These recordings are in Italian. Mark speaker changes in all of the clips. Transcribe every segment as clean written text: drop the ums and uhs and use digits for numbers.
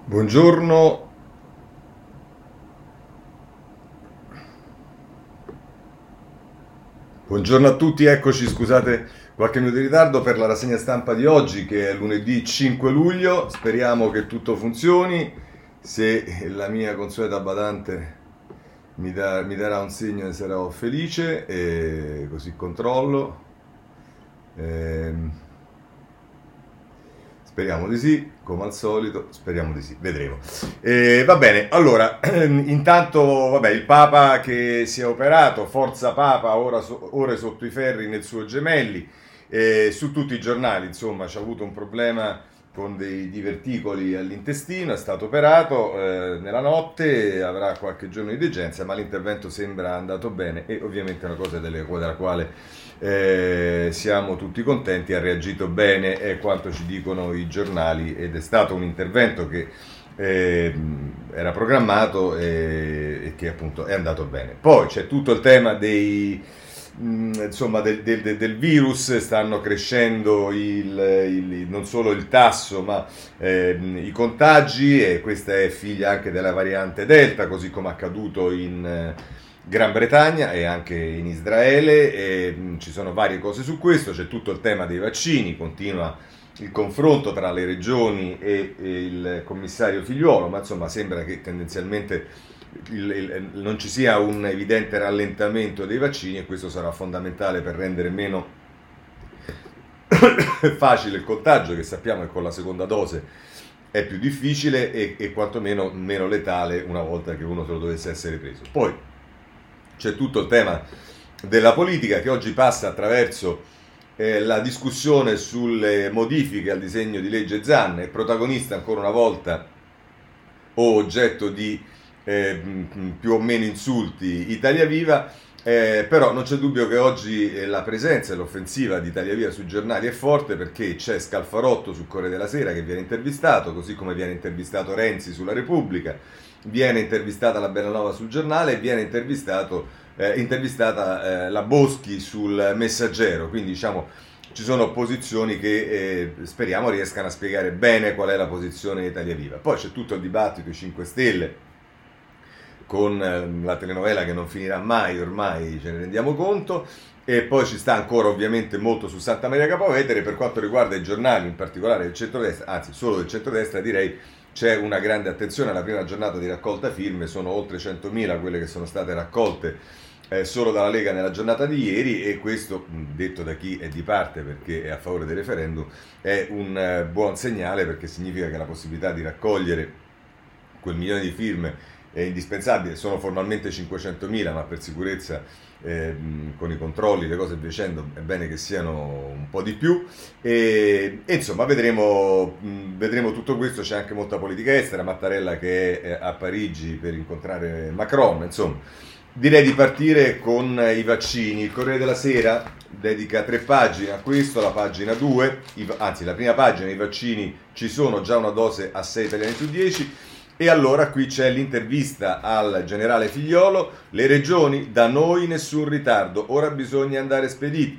Speaker 1: Buongiorno, buongiorno a tutti, eccoci, scusate qualche minuto di ritardo per la rassegna stampa di oggi che è lunedì 5 luglio, speriamo che tutto funzioni, se la mia consueta badante mi darà un segno ne sarò felice e così controllo. Ehm, Speriamo di sì, come al solito, speriamo di sì, vedremo. Va bene, allora, intanto, vabbè, il Papa che si è operato, Forza Papa, ore sotto i ferri nel suo Gemelli, su tutti i giornali, insomma, c'ha avuto un problema con dei diverticoli all'intestino, è stato operato nella notte, avrà qualche giorno di degenza, ma l'intervento sembra andato bene e ovviamente è una cosa della quale siamo tutti contenti, ha reagito bene, è quanto ci dicono i giornali ed è stato un intervento che eh, era programmato e che appunto è andato bene. Poi c'è tutto il tema insomma, del virus, stanno crescendo non solo il tasso ma i contagi e questa è figlia anche della variante Delta, così come accaduto in Gran Bretagna e anche in Israele e ci sono varie cose su questo, c'è tutto il tema dei vaccini, continua il confronto tra le regioni e il commissario Figliuolo, ma insomma sembra che tendenzialmente non ci sia un evidente rallentamento dei vaccini e questo sarà fondamentale per rendere meno facile il contagio, che sappiamo che con la seconda dose è più difficile e quantomeno meno letale una volta che uno se lo dovesse essere preso. Poi c'è tutto il tema della politica che oggi passa attraverso la discussione sulle modifiche al disegno di legge Zan, è protagonista ancora una volta o oggetto di più o meno insulti Italia Viva, però non c'è dubbio che oggi la presenza e l'offensiva di Italia Viva sui giornali è forte perché c'è Scalfarotto sul Corriere della Sera che viene intervistato, così come viene intervistato Renzi sulla Repubblica, viene intervistata la Bellanova sul giornale e viene intervistata la Boschi sul Messaggero, quindi diciamo ci sono posizioni che speriamo riescano a spiegare bene qual è la posizione di Italia Viva. Poi c'è tutto il dibattito i 5 Stelle con la telenovela che non finirà mai, ormai ce ne rendiamo conto, e poi ci sta ancora ovviamente molto su Santa Maria Capua Vetere. Per quanto riguarda i giornali, in particolare del centrodestra, anzi solo del centrodestra direi, c'è una grande attenzione alla prima giornata di raccolta firme, sono oltre 100.000 quelle che sono state raccolte solo dalla Lega nella giornata di ieri e questo, detto da chi è di parte perché è a favore del referendum, è un buon segnale perché significa che la possibilità di raccogliere quel milione di firme è indispensabile, sono formalmente 500.000 ma per sicurezza con i controlli, le cose dicendo, è bene che siano un po' di più e insomma vedremo tutto questo. C'è anche molta politica estera, Mattarella che è a Parigi per incontrare Macron, insomma direi di partire con i vaccini. Il Corriere della Sera dedica 3 pagine a questo, la pagina 2, anzi la prima pagina, i vaccini ci sono, già una dose a 6 italiani su 10. E allora qui c'è l'intervista al generale Figliolo, le regioni, da noi nessun ritardo, ora bisogna andare spediti.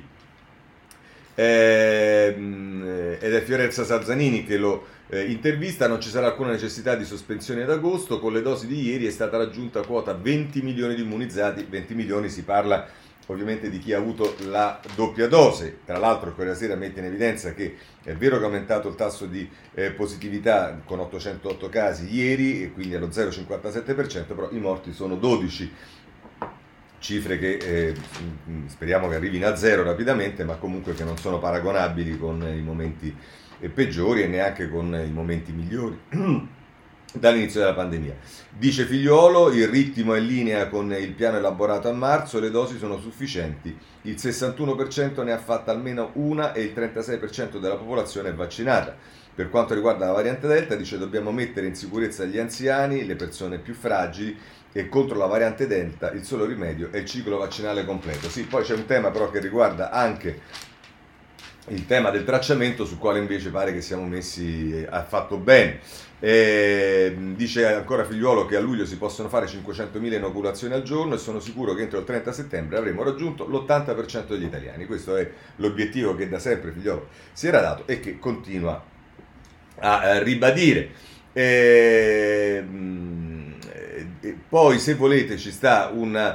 Speaker 1: Ed è Fiorenza Salzanini che lo intervista, non ci sarà alcuna necessità di sospensione ad agosto, con le dosi di ieri è stata raggiunta quota 20 milioni di immunizzati, 20 milioni si parla ovviamente di chi ha avuto la doppia dose. Tra l'altro il Corriere della Sera mette in evidenza che è vero che è aumentato il tasso di positività con 808 casi ieri e quindi allo 0,57%, però i morti sono 12, cifre che speriamo che arrivino a zero rapidamente, ma comunque che non sono paragonabili con i momenti peggiori e neanche con i momenti migliori dall'inizio della pandemia. Dice Figliuolo, il ritmo è in linea con il piano elaborato a marzo, le dosi sono sufficienti, il 61% ne ha fatta almeno una e il 36% della popolazione è vaccinata. Per quanto riguarda la variante Delta, dice dobbiamo mettere in sicurezza gli anziani, le persone più fragili e contro la variante Delta il solo rimedio è il ciclo vaccinale completo. Sì, poi c'è un tema però che riguarda anche il tema del tracciamento, sul quale invece pare che siamo messi affatto bene. Dice ancora Figliuolo che a luglio si possono fare 500.000 inoculazioni al giorno e sono sicuro che entro il 30 settembre avremo raggiunto l'80% degli italiani. Questo è l'obiettivo che da sempre Figliuolo si era dato e che continua a ribadire. Poi, se volete, ci sta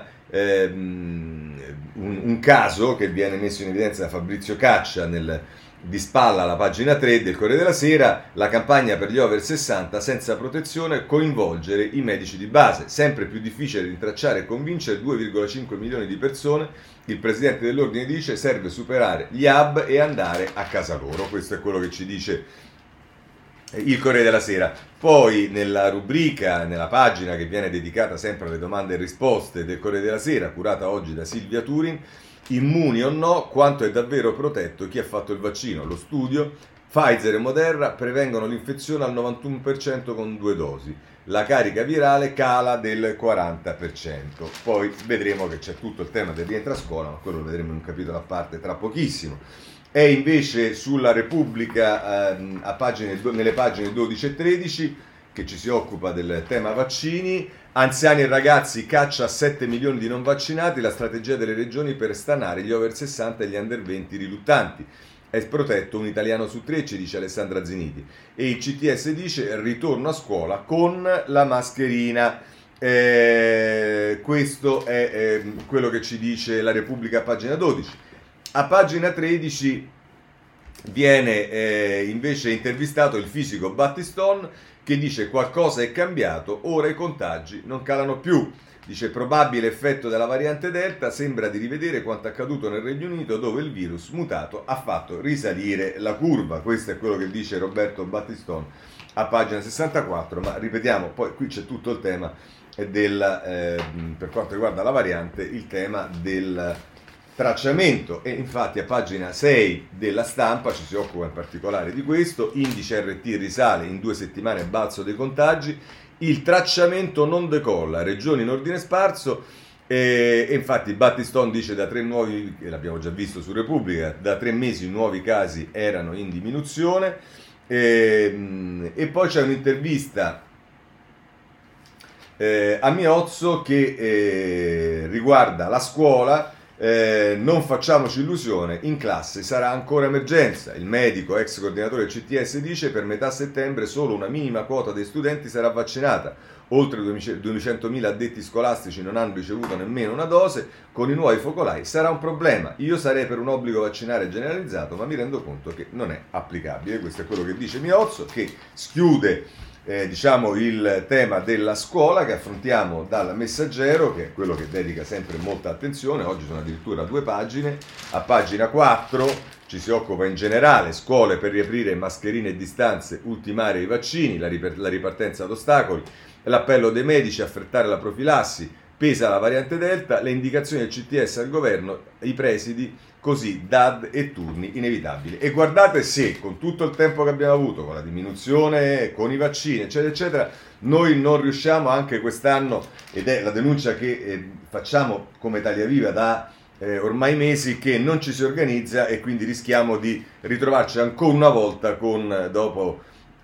Speaker 1: un caso che viene messo in evidenza da Fabrizio Caccia di spalla alla pagina 3 del Corriere della Sera. La campagna per gli over 60 senza protezione, coinvolgere i medici di base, sempre più difficile rintracciare e convincere 2,5 milioni di persone. Il presidente dell'ordine dice: serve superare gli hub e andare a casa loro. Questo è quello che ci dice il Corriere della Sera. Poi nella rubrica, nella pagina che viene dedicata sempre alle domande e risposte del Corriere della Sera, curata oggi da Silvia Turin: immuni o no, quanto è davvero protetto chi ha fatto il vaccino? Lo studio: Pfizer e Moderna prevengono l'infezione al 91% con 2 dosi. La carica virale cala del 40%. Poi vedremo che c'è tutto il tema del rientro a scuola, ma quello lo vedremo in un capitolo a parte tra pochissimo. È invece sulla Repubblica, nelle pagine 12 e 13, che ci si occupa del tema vaccini. Anziani e ragazzi, caccia a 7 milioni di non vaccinati, la strategia delle regioni per stanare gli over 60 e gli under 20 riluttanti. È protetto un italiano su 3, ci dice Alessandra Ziniti. E il CTS dice: ritorno a scuola con la mascherina. Questo è quello che ci dice la Repubblica a pagina 12. A pagina 13 viene invece intervistato il fisico Battistone, che dice: qualcosa è cambiato, ora i contagi non calano più. Dice: probabile effetto della variante Delta, sembra di rivedere quanto accaduto nel Regno Unito, dove il virus mutato ha fatto risalire la curva. Questo è quello che dice Roberto Battistone a pagina 64, ma ripetiamo, poi qui c'è tutto il tema per quanto riguarda la variante, il tema del tracciamento. E infatti a pagina 6 della Stampa ci si occupa in particolare di questo. Indice RT risale in 2 settimane, balzo dei contagi, il tracciamento non decolla, regioni in ordine sparso. E infatti Battistone dice: da 3 nuovi, e l'abbiamo già visto su Repubblica, da 3 mesi i nuovi casi erano in diminuzione. E poi c'è un'intervista a Miozzo che riguarda la scuola. Non facciamoci illusione, in classe sarà ancora emergenza. Il medico, ex coordinatore del CTS, dice: per metà settembre solo una minima quota dei studenti sarà vaccinata. Oltre 200.000 addetti scolastici non hanno ricevuto nemmeno una dose. Con i nuovi focolai sarà un problema. Io sarei per un obbligo vaccinale generalizzato, ma mi rendo conto che non è applicabile. Questo è quello che dice Miozzo, che schiude il tema della scuola, che affrontiamo dal Messaggero, che è quello che dedica sempre molta attenzione. Oggi sono addirittura 2 pagine. A pagina 4 ci si occupa in generale: scuole per riaprire, mascherine e distanze, ultimare i vaccini, la ripartenza ad ostacoli, l'appello dei medici, affrettare la profilassi, pesa la variante Delta, le indicazioni del CTS al governo, i presidi, così DAD e turni inevitabili. E guardate se con tutto il tempo che abbiamo avuto, con la diminuzione, con i vaccini, eccetera, eccetera, noi non riusciamo anche quest'anno, ed è la denuncia che facciamo come Italia Viva da ormai mesi, che non ci si organizza, e quindi rischiamo di ritrovarci ancora una volta dopo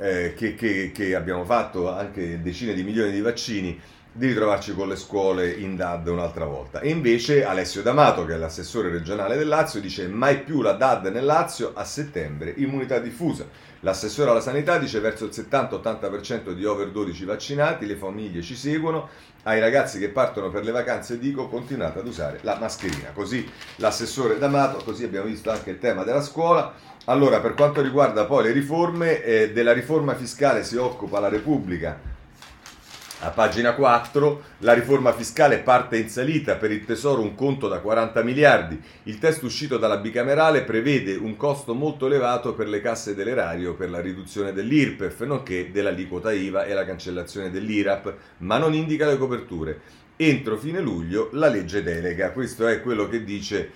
Speaker 1: che abbiamo fatto anche decine di milioni di vaccini, di ritrovarci con le scuole in DAD un'altra volta. E invece Alessio D'Amato, che è l'assessore regionale del Lazio, dice: mai più la DAD nel Lazio, a settembre immunità diffusa. L'assessore alla sanità dice: verso il 70-80% di over 12 vaccinati, le famiglie ci seguono, ai ragazzi che partono per le vacanze dico: continuate ad usare la mascherina. Così l'assessore D'Amato. Così abbiamo visto anche il tema della scuola. Allora, per quanto riguarda poi le riforme, della riforma fiscale si occupa la Repubblica a pagina 4. La riforma fiscale parte in salita, per il Tesoro un conto da 40 miliardi. Il testo uscito dalla bicamerale prevede un costo molto elevato per le casse dell'erario per la riduzione dell'IRPEF, nonché dell'aliquota IVA e la cancellazione dell'IRAP, ma non indica le coperture. Entro fine luglio la legge delega. Questo è quello che dice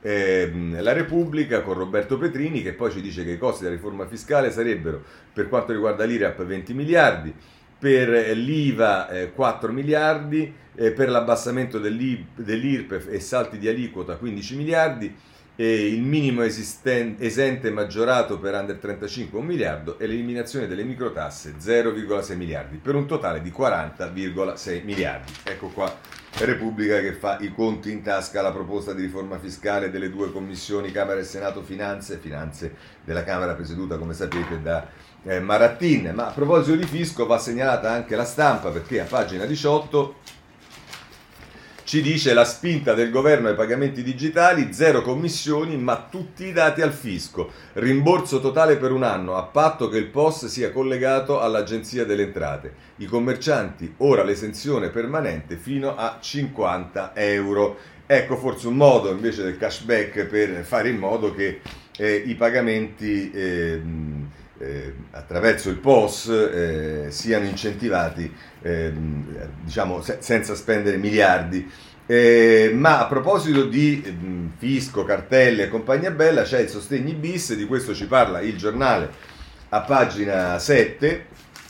Speaker 1: la Repubblica, con Roberto Petrini, che poi ci dice che i costi della riforma fiscale sarebbero, per quanto riguarda l'IRAP, 20 miliardi, per l'IVA 4 miliardi, per l'abbassamento dell'IRPEF e salti di aliquota 15 miliardi, il minimo esente maggiorato per under 35 1 miliardo e l'eliminazione delle microtasse 0,6 miliardi, per un totale di 40,6 miliardi. Ecco qua Repubblica che fa i conti in tasca alla proposta di riforma fiscale delle 2 commissioni Camera e Senato, finanze della Camera presieduta, come sapete, da Marattin. Ma a proposito di fisco va segnalata anche La Stampa, perché a pagina 18 ci dice: la spinta del governo ai pagamenti digitali, zero commissioni ma tutti i dati al fisco, rimborso totale per un anno a patto che il POS sia collegato all'Agenzia delle Entrate, i commercianti ora l'esenzione permanente fino a 50 euro. Ecco forse un modo invece del cashback per fare in modo che i pagamenti attraverso il POS siano incentivati, diciamo senza spendere miliardi. Ma a proposito di fisco, cartelle e compagnia bella, c'è il Sostegni bis, di questo ci parla il Giornale a pagina 7.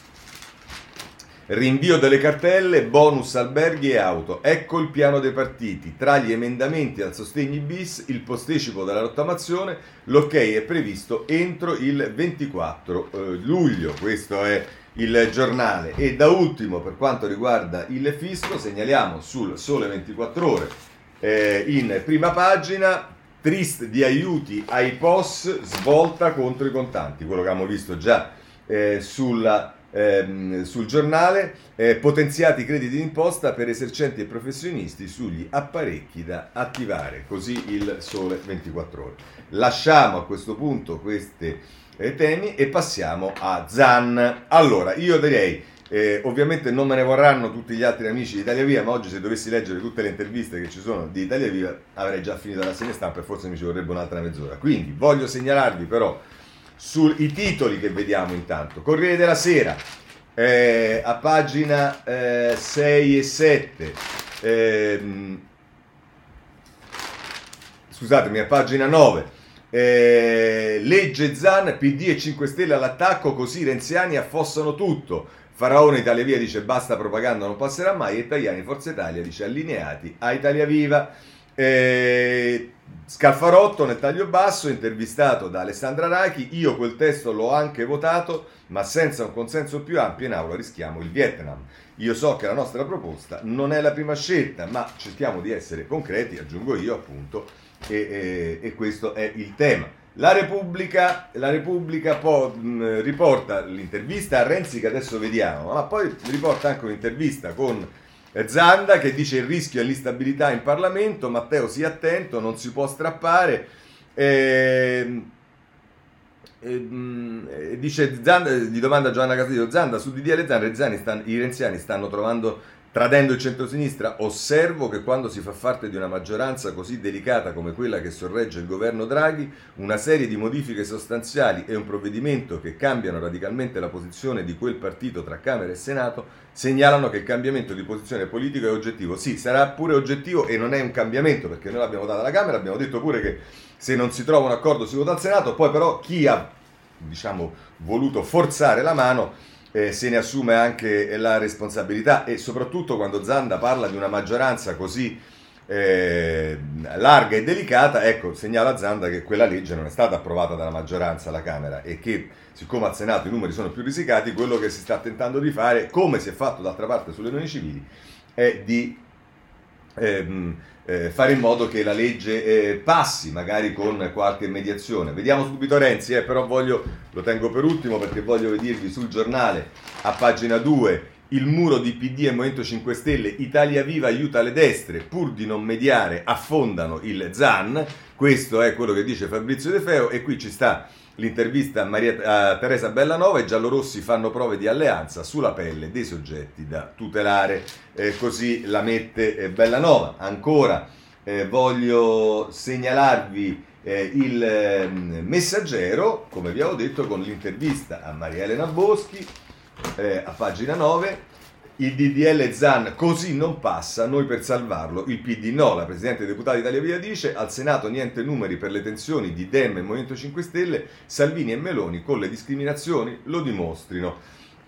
Speaker 1: Rinvio delle cartelle, bonus alberghi e auto. Ecco il piano dei partiti. Tra gli emendamenti al Sostegni bis, il posticipo della rottamazione, l'ok è previsto entro il 24 luglio. Questo è il Giornale. E da ultimo, per quanto riguarda il fisco, segnaliamo sul Sole 24 Ore in prima pagina: trist di aiuti ai POS, svolta contro i contanti. Quello che abbiamo visto già sul Giornale. Potenziati crediti d'imposta per esercenti e professionisti sugli apparecchi da attivare, così il Sole 24 Ore. Lasciamo a questo punto questi temi e passiamo a Zan. Allora, io direi, ovviamente non me ne vorranno tutti gli altri amici di Italia Viva, ma oggi se dovessi leggere tutte le interviste che ci sono di Italia Viva avrei già finito la rassegna stampa e forse mi ci vorrebbe un'altra mezz'ora. Quindi voglio segnalarvi però sui titoli che vediamo intanto. Corriere della Sera, a pagina 6 e 7, scusatemi, a pagina 9, legge Zan, PD e 5 Stelle all'attacco, così i renziani affossano tutto. Faraone, Italia Viva dice basta propaganda, non passerà mai, e Tajani, Forza Italia dice allineati a Italia Viva. Scalfarotto nel taglio basso, intervistato da Alessandra Rachi: io quel testo l'ho anche votato, ma senza un consenso più ampio in aula rischiamo il Vietnam. Io so che la nostra proposta non è la prima scelta, ma cerchiamo di essere concreti, aggiungo io appunto, e questo è il tema. La Repubblica poi riporta l'intervista a Renzi che adesso vediamo, ma poi riporta anche un'intervista con Zanda che dice: il rischio è l'instabilità in Parlamento, Matteo sia attento, non si può strappare. Dice Zanda, gli domanda Giovanna Castello: Zanda, su DDL Zan i renziani stanno tradendo il centrosinistra. Osservo che quando si fa parte di una maggioranza così delicata come quella che sorregge il governo Draghi, una serie di modifiche sostanziali e un provvedimento che cambiano radicalmente la posizione di quel partito tra Camera e Senato segnalano che il cambiamento di posizione politico è oggettivo. Sì, sarà pure oggettivo e non è un cambiamento, perché noi l'abbiamo data alla Camera, abbiamo detto pure che se non si trova un accordo si vota al Senato, poi però chi ha, diciamo, voluto forzare la mano se ne assume anche la responsabilità. E soprattutto quando Zanda parla di una maggioranza così larga e delicata, ecco, segnala Zanda che quella legge non è stata approvata dalla maggioranza alla Camera e che, siccome al Senato i numeri sono più risicati, quello che si sta tentando di fare, come si è fatto d'altra parte sulle unioni civili, è di fare in modo che la legge passi, magari con qualche mediazione. Vediamo subito Renzi, però lo tengo per ultimo perché voglio dirvi sul Giornale a pagina 2: il muro di PD e Movimento 5 Stelle, Italia Viva aiuta le destre, pur di non mediare affondano il Zan. Questo è quello che dice Fabrizio De Feo, e qui ci sta l'intervista a Teresa Bellanova: i giallorossi fanno prove di alleanza sulla pelle dei soggetti da tutelare, così la mette Bellanova. Ancora voglio segnalarvi il Messaggero, come vi avevo detto, con l'intervista a Maria Elena Boschi a pagina 9. Il DDL Zan così non passa, noi per salvarlo, il PD no. La Presidente dei Deputati Italia Viva dice: al Senato niente numeri per le tensioni di Dem e Movimento 5 Stelle, Salvini e Meloni con le discriminazioni lo dimostrino.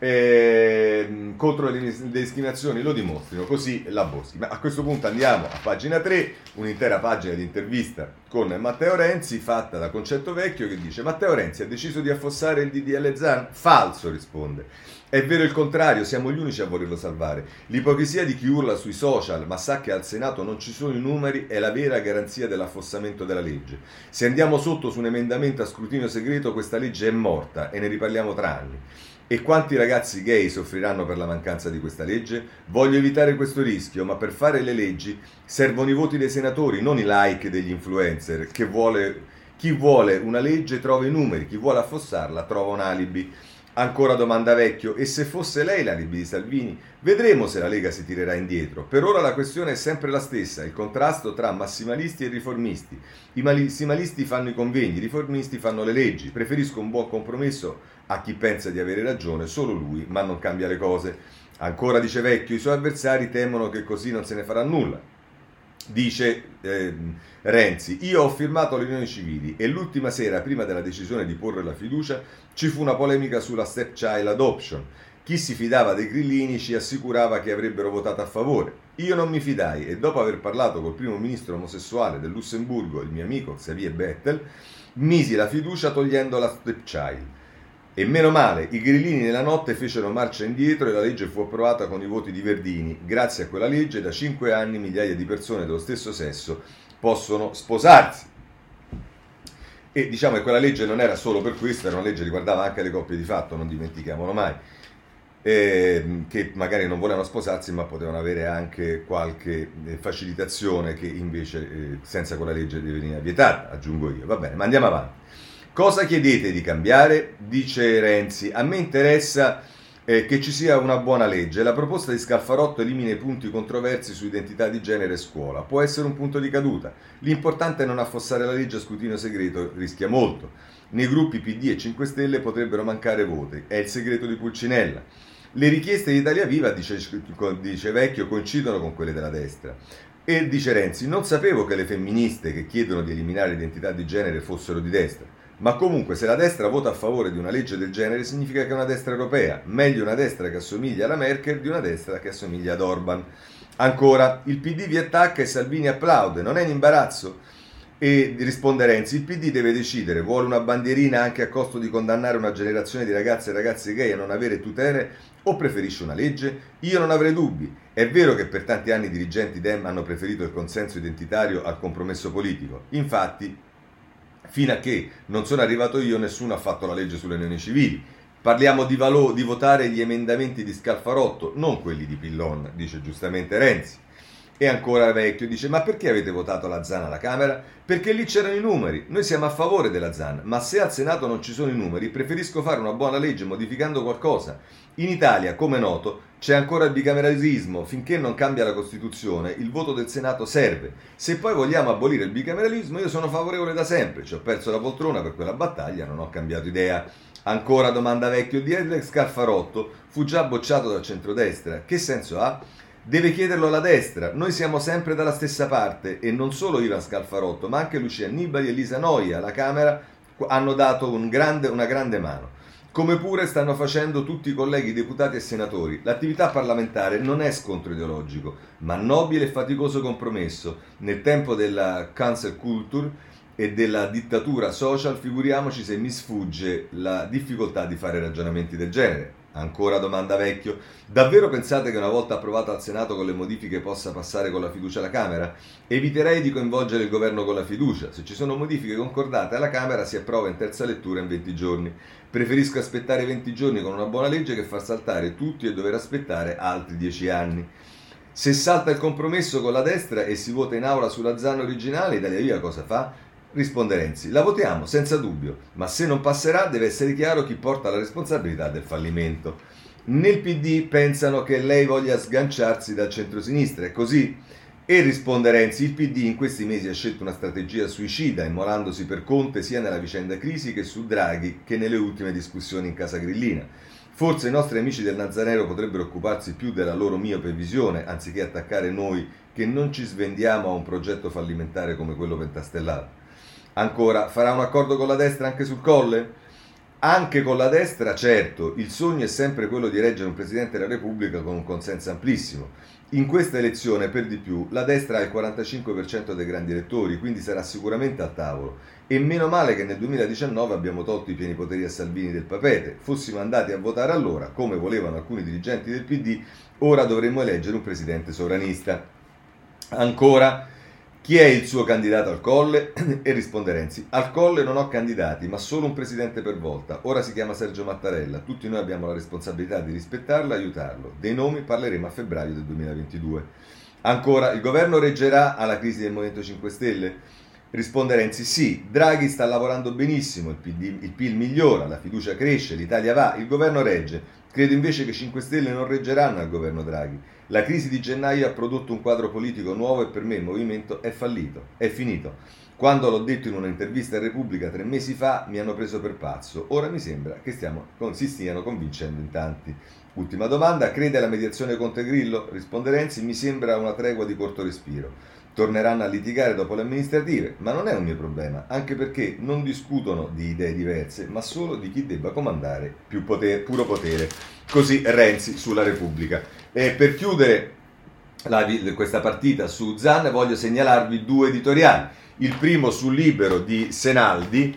Speaker 1: contro le discriminazioni lo dimostrino, così la Boschi. Ma a questo punto andiamo a pagina 3, un'intera pagina di intervista con Matteo Renzi fatta da Concetto Vecchio, che dice: Matteo Renzi ha deciso di affossare il DDL Zan? Falso, risponde. È vero il contrario, siamo gli unici a volerlo salvare. L'ipocrisia di chi urla sui social ma sa che al Senato non ci sono i numeri è la vera garanzia dell'affossamento della legge. Se andiamo sotto su un emendamento a scrutinio segreto, questa legge è morta e ne riparliamo tra anni. E quanti ragazzi gay soffriranno per la mancanza di questa legge? Voglio evitare questo rischio, ma per fare le leggi servono i voti dei senatori, non i like degli influencer. Chi vuole una legge trova i numeri, chi vuole affossarla trova un alibi. Ancora domanda Vecchio: e se fosse lei l'alibi di Salvini? Vedremo se la Lega si tirerà indietro. Per ora la questione è sempre la stessa, il contrasto tra massimalisti e riformisti. I massimalisti fanno i convegni, i riformisti fanno le leggi. Preferisco un buon compromesso a chi pensa di avere ragione, solo lui, ma non cambia le cose. Ancora dice Vecchio: i suoi avversari temono che così non se ne farà nulla. Dice Renzi: io ho firmato le unioni civili e l'ultima sera, prima della decisione di porre la fiducia, ci fu una polemica sulla stepchild adoption. Chi si fidava dei grillini ci assicurava che avrebbero votato a favore. Io non mi fidai e dopo aver parlato col primo ministro omosessuale del Lussemburgo, il mio amico Xavier Bettel, misi la fiducia togliendo la stepchild. E meno male, i grillini nella notte fecero marcia indietro e la legge fu approvata con i voti di Verdini. Grazie a quella legge da 5 anni migliaia di persone dello stesso sesso possono sposarsi. E diciamo che quella legge non era solo per questo, era una legge che riguardava anche le coppie di fatto, non dimentichiamolo mai, che magari non volevano sposarsi ma potevano avere anche qualche facilitazione che invece senza quella legge veniva vietata, aggiungo io. Va bene, ma andiamo avanti. Cosa chiedete di cambiare? Dice Renzi: a me interessa che ci sia una buona legge. La proposta di Scalfarotto elimina i punti controversi su identità di genere e scuola. Può essere un punto di caduta. L'importante è non affossare la legge a scrutinio segreto, rischia molto. Nei gruppi PD e 5 Stelle potrebbero mancare voti. È il segreto di Pulcinella. Le richieste di Italia Viva, dice Vecchio, coincidono con quelle della destra. E dice Renzi: non sapevo che le femministe che chiedono di eliminare l'identità di genere fossero di destra. Ma comunque se la destra vota a favore di una legge del genere significa che è una destra europea. Meglio una destra che assomiglia alla Merkel di una destra che assomiglia ad Orban. Ancora, il PD vi attacca e Salvini applaude. Non è in imbarazzo? E risponde Renzi: il PD deve decidere, vuole una bandierina anche a costo di condannare una generazione di ragazze e ragazzi gay a non avere tutele o preferisce una legge? Io non avrei dubbi. È vero che per tanti anni i dirigenti Dem hanno preferito il consenso identitario al compromesso politico. Infatti, fino a che non sono arrivato io, nessuno ha fatto la legge sulle unioni civili. Parliamo di votare gli emendamenti di Scalfarotto, non quelli di Pillon, dice giustamente Renzi. E ancora Vecchio dice: ma perché avete votato la Zan alla Camera? Perché lì c'erano i numeri. Noi siamo a favore della Zan, ma se al Senato non ci sono i numeri, preferisco fare una buona legge modificando qualcosa. In Italia, come è noto, c'è ancora il bicameralismo. Finché non cambia la Costituzione, il voto del Senato serve. Se poi vogliamo abolire il bicameralismo, io sono favorevole da sempre. Ci ho perso la poltrona per quella battaglia, non ho cambiato idea. Ancora domanda Vecchio: il DDL Scalfarotto fu già bocciato dal centrodestra. Che senso ha? Deve chiederlo alla destra. Noi siamo sempre dalla stessa parte e non solo Ivan Scalfarotto, ma anche Lucia Annibali e Lisa Noia alla Camera hanno dato una grande mano. Come pure stanno facendo tutti i colleghi deputati e senatori. L'attività parlamentare non è scontro ideologico, ma nobile e faticoso compromesso. Nel tempo della cancel culture e della dittatura social, figuriamoci se mi sfugge la difficoltà di fare ragionamenti del genere. Ancora domanda Vecchio: davvero pensate che una volta approvato al Senato con le modifiche possa passare con la fiducia alla Camera? Eviterei di coinvolgere il governo con la fiducia. Se ci sono modifiche concordate alla Camera si approva in terza lettura in 20 giorni. Preferisco aspettare 20 giorni con una buona legge che far saltare tutti e dover aspettare altri 10 anni. Se salta il compromesso con la destra e si vota in aula sulla Zan originale, Italia Viva cosa fa? Risponde Renzi: la votiamo senza dubbio, ma se non passerà deve essere chiaro chi porta la responsabilità del fallimento. Nel PD pensano che lei voglia sganciarsi dal centrosinistra, è così? E risponde Renzi: il PD in questi mesi ha scelto una strategia suicida, immolandosi per Conte sia nella vicenda crisi che su Draghi che nelle ultime discussioni in Casa Grillina. Forse i nostri amici del Nazareno potrebbero occuparsi più della loro miope visione, anziché attaccare noi che non ci svendiamo a un progetto fallimentare come quello pentastellato. Ancora, farà un accordo con la destra anche sul Colle? Anche con la destra, certo, il sogno è sempre quello di eleggere un Presidente della Repubblica con un consenso amplissimo. In questa elezione, per di più, la destra ha il 45% dei grandi elettori, quindi sarà sicuramente al tavolo. E meno male che nel 2019 abbiamo tolto i pieni poteri a Salvini del Papete. Fossimo andati a votare allora, come volevano alcuni dirigenti del PD, ora dovremmo eleggere un presidente sovranista. Ancora, chi è il suo candidato al Colle? E risponde Renzi: al Colle non ho candidati, ma solo un presidente per volta. Ora si chiama Sergio Mattarella. Tutti noi abbiamo la responsabilità di rispettarlo e aiutarlo. Dei nomi parleremo a febbraio del 2022. Ancora, il governo reggerà alla crisi del Movimento 5 Stelle? Risponde Renzi: sì, Draghi sta lavorando benissimo, il PIL migliora, la fiducia cresce, l'Italia va, il governo regge. Credo invece che 5 Stelle non reggeranno al governo Draghi. La crisi di gennaio ha prodotto un quadro politico nuovo e per me il movimento è fallito, è finito. Quando l'ho detto in un'intervista a Repubblica 3 mesi fa mi hanno preso per pazzo, ora mi sembra che si stiano convincendo in tanti. Ultima domanda, crede alla mediazione Conte Grillo? Risponde Renzi: mi sembra una tregua di corto respiro. Torneranno a litigare dopo le amministrative, ma non è un mio problema, anche perché non discutono di idee diverse, ma solo di chi debba comandare puro potere. Così Renzi sulla Repubblica. E per chiudere questa partita su Zan voglio segnalarvi 2 editoriali. Il primo sul Libero di Senaldi,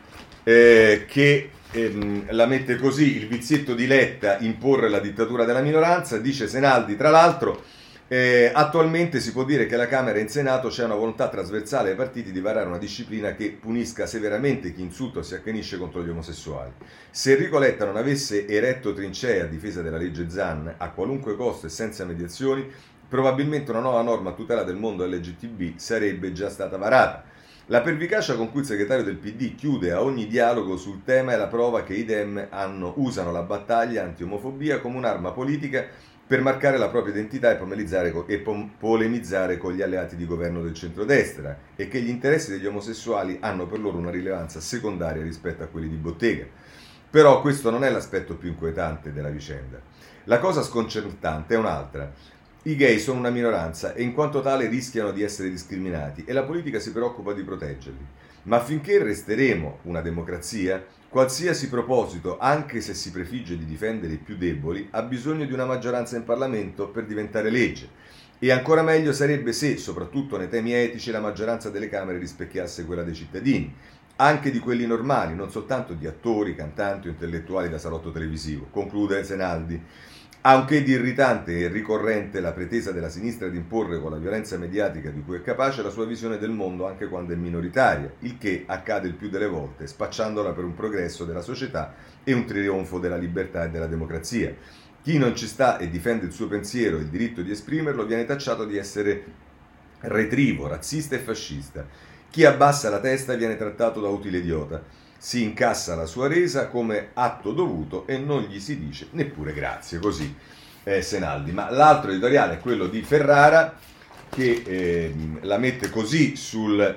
Speaker 1: che la mette così: il vizietto di Letta, imporre la dittatura della minoranza. Dice Senaldi, tra l'altro, attualmente si può dire che alla Camera e in Senato c'è una volontà trasversale ai partiti di varare una disciplina che punisca severamente chi insulta o si accanisce contro gli omosessuali. Se Enrico Letta non avesse eretto trincee a difesa della legge Zan a qualunque costo e senza mediazioni, probabilmente una nuova norma a tutela del mondo LGTB sarebbe già stata varata. La pervicacia con cui il segretario del PD chiude a ogni dialogo sul tema è la prova che i Dem usano la battaglia anti-omofobia come un'arma politica per marcare la propria identità e polemizzare con gli alleati di governo del centrodestra, e che gli interessi degli omosessuali hanno per loro una rilevanza secondaria rispetto a quelli di bottega. Però questo non è l'aspetto più inquietante della vicenda. La cosa sconcertante è un'altra. I gay sono una minoranza e in quanto tale rischiano di essere discriminati e la politica si preoccupa di proteggerli. Ma finché resteremo una democrazia, qualsiasi proposito, anche se si prefigge di difendere i più deboli, ha bisogno di una maggioranza in Parlamento per diventare legge. E ancora meglio sarebbe se, soprattutto nei temi etici, la maggioranza delle Camere rispecchiasse quella dei cittadini, anche di quelli normali, non soltanto di attori, cantanti o intellettuali da salotto televisivo. Conclude Senaldi. Anche di irritante e ricorrente la pretesa della sinistra di imporre con la violenza mediatica di cui è capace la sua visione del mondo anche quando è minoritaria, il che accade il più delle volte, spacciandola per un progresso della società e un trionfo della libertà e della democrazia. Chi non ci sta e difende il suo pensiero e il diritto di esprimerlo viene tacciato di essere retrivo, razzista e fascista. Chi abbassa la testa viene trattato da utile idiota. Si incassa la sua resa come atto dovuto e non gli si dice neppure grazie, così Senaldi. Ma l'altro editoriale è quello di Ferrara, che la mette così sul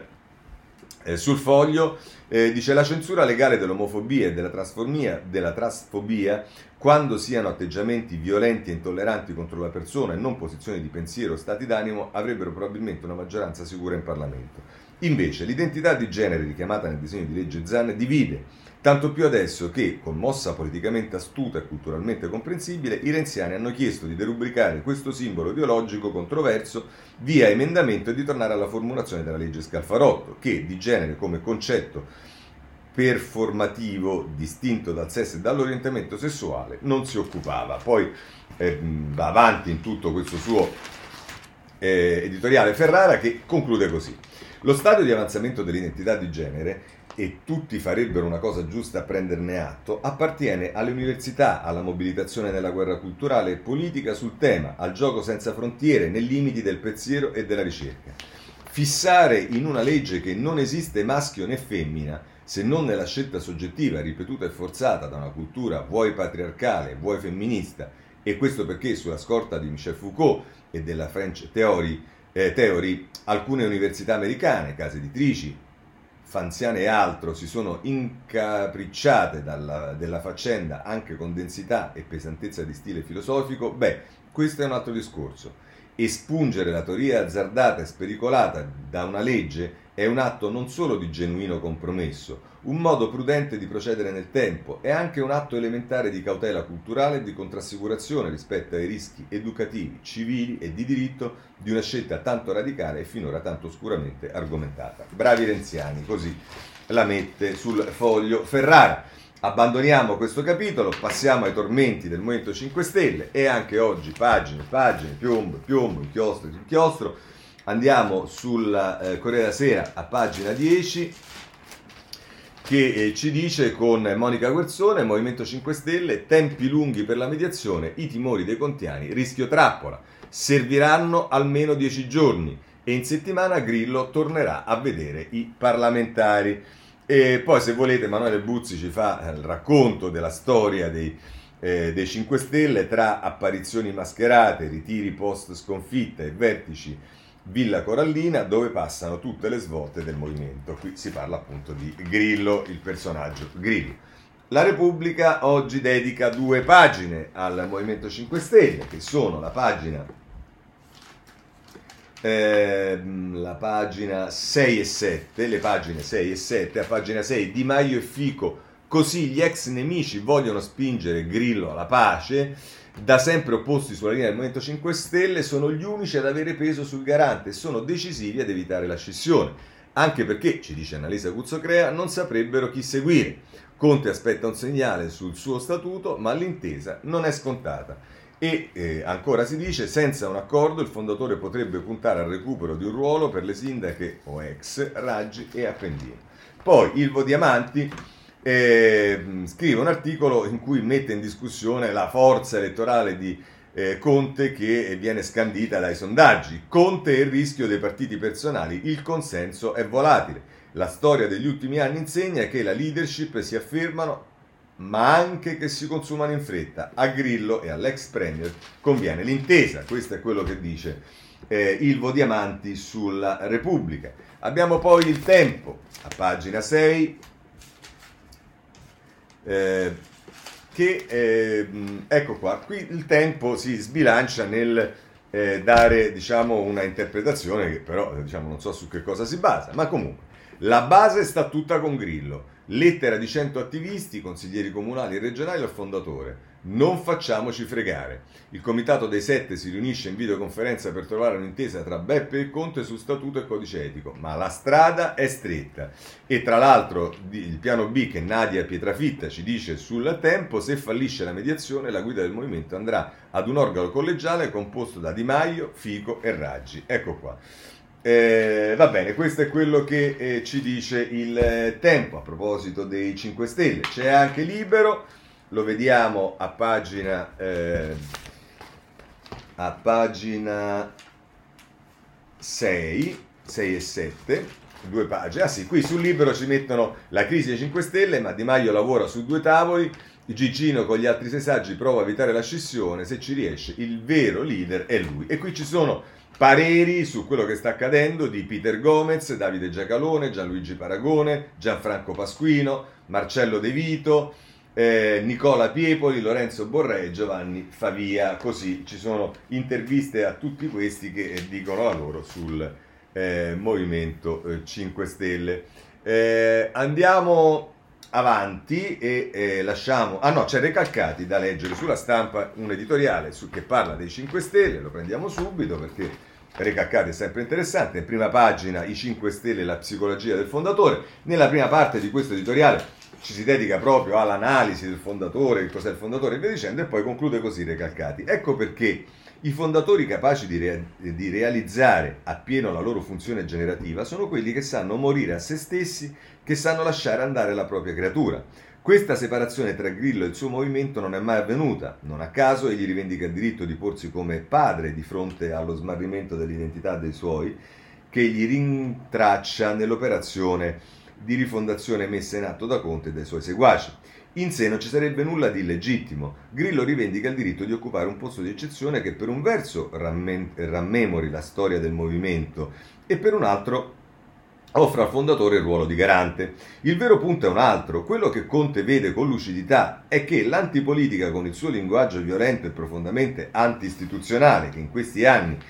Speaker 1: Foglio, dice: la censura legale dell'omofobia e della transfobia, quando siano atteggiamenti violenti e intolleranti contro la persona e non posizioni di pensiero o stati d'animo, avrebbero probabilmente una maggioranza sicura in Parlamento. Invece l'identità di genere richiamata nel disegno di legge Zan divide, tanto più adesso che, con mossa politicamente astuta e culturalmente comprensibile, i renziani hanno chiesto di derubricare questo simbolo ideologico controverso via emendamento e di tornare alla formulazione della legge Scalfarotto, che di genere come concetto performativo distinto dal sesso e dall'orientamento sessuale non si occupava. Poi va avanti in tutto questo suo editoriale Ferrara, che conclude così: lo stadio di avanzamento dell'identità di genere, e tutti farebbero una cosa giusta a prenderne atto, appartiene alle università, alla mobilitazione nella guerra culturale e politica sul tema, al gioco senza frontiere, nei limiti del pensiero e della ricerca. Fissare in una legge che non esiste maschio né femmina, se non nella scelta soggettiva ripetuta e forzata da una cultura vuoi patriarcale, vuoi femminista, e questo perché sulla scorta di Michel Foucault e della French Theory, alcune università americane, case editrici, Fanziane e altro, si sono incapricciate della faccenda anche con densità e pesantezza di stile filosofico, questo è un altro discorso. Espungere la teoria azzardata e spericolata da una legge è un atto non solo di genuino compromesso, un modo prudente di procedere nel tempo, è anche un atto elementare di cautela culturale e di contrassicurazione rispetto ai rischi educativi, civili e di diritto di una scelta tanto radicale e finora tanto oscuramente argomentata. Bravi renziani, così la mette sul Foglio Ferrara. Abbandoniamo questo capitolo, passiamo ai tormenti del Movimento 5 Stelle e anche oggi pagine, piombo, inchiostro. Andiamo sul Corriere della Sera a pagina 10 che ci dice con Monica Guerzone, Movimento 5 Stelle, tempi lunghi per la mediazione, i timori dei contiani, rischio trappola, serviranno almeno 10 giorni e in settimana Grillo tornerà a vedere i parlamentari. E poi se volete Emanuele Buzzi ci fa il racconto della storia dei 5 Stelle tra apparizioni mascherate, ritiri post sconfitta e vertici Villa Corallina, dove passano tutte le svolte del movimento. Qui si parla appunto di Grillo, il personaggio Grillo. La Repubblica oggi dedica 2 pagine al Movimento 5 Stelle, che sono la pagina 6 e 7, le pagine 6 e 7. A pagina 6 Di Maio e Fico, così gli ex nemici vogliono spingere Grillo alla pace. Da sempre opposti sulla linea del Movimento 5 Stelle, sono gli unici ad avere peso sul garante e sono decisivi ad evitare la scissione, anche perché, ci dice Annalisa Cuzzocrea, non saprebbero chi seguire. Conte aspetta un segnale sul suo statuto, ma l'intesa non è scontata. E ancora si dice, senza un accordo il fondatore potrebbe puntare al recupero di un ruolo per le sindache o ex Raggi e Appendino. Poi Ilvo Diamanti scrive un articolo in cui mette in discussione la forza elettorale di Conte che viene scandita dai sondaggi. Conte e il rischio dei partiti personali, il consenso è volatile. La storia degli ultimi anni insegna che la leadership si affermano ma anche che si consumano in fretta. A Grillo e all'ex premier conviene l'intesa. Questo è quello che dice Ilvo Diamanti sulla Repubblica. Abbiamo poi Il Tempo a pagina 6 ecco qua, qui Il Tempo si sbilancia nel dare una interpretazione che però non so su che cosa si basa, ma comunque la base sta tutta con Grillo. Lettera di 100 attivisti, consiglieri comunali e regionali al fondatore. Non facciamoci fregare. Il comitato dei 7 si riunisce in videoconferenza per trovare un'intesa tra Beppe e Conte su statuto e codice etico, ma la strada è stretta. E tra l'altro il piano B che Nadia Pietrafitta ci dice sul Tempo, se fallisce la mediazione la guida del movimento andrà ad un organo collegiale composto da Di Maio, Fico e Raggi. Ecco qua. Va bene, questo è quello che ci dice Il Tempo. A proposito dei 5 Stelle c'è anche Libero, lo vediamo a pagina 6 e 7, 2 pagine. Ah sì, qui sul Libero ci mettono la crisi dei 5 Stelle, ma Di Maio lavora su 2 tavoli. Gigino con gli altri 6 saggi prova a evitare la scissione, se ci riesce il vero leader è lui. E qui ci sono pareri su quello che sta accadendo di Peter Gomez, Davide Giacalone, Gianluigi Paragone, Gianfranco Pasquino, Marcello De Vito, Nicola Piepoli, Lorenzo Borré e Giovanni Favia. Così ci sono interviste a tutti questi che dicono la loro sul Movimento 5 Stelle. Andiamo avanti e lasciamo... Ah no, c'è Recalcati da leggere sulla Stampa, un editoriale che parla dei 5 Stelle, lo prendiamo subito perché Recalcati è sempre interessante. In prima pagina i 5 Stelle e la psicologia del fondatore. Nella prima parte di questo editoriale ci si dedica proprio all'analisi del fondatore, che cos'è il fondatore e via dicendo, e poi conclude così Recalcati. Ecco perché i fondatori capaci di realizzare appieno la loro funzione generativa sono quelli che sanno morire a se stessi, che sanno lasciare andare la propria creatura. Questa separazione tra Grillo e il suo movimento non è mai avvenuta. Non a caso egli rivendica il diritto di porsi come padre di fronte allo smarrimento dell'identità dei suoi, che gli rintraccia nell'operazione di rifondazione messa in atto da Conte e dai suoi seguaci. In sé non ci sarebbe nulla di illegittimo. Grillo rivendica il diritto di occupare un posto di eccezione che per un verso rammemori la storia del movimento e per un altro offre al fondatore il ruolo di garante. Il vero punto è un altro. Quello che Conte vede con lucidità è che l'antipolitica, con il suo linguaggio violento e profondamente anti-istituzionale, che in questi anni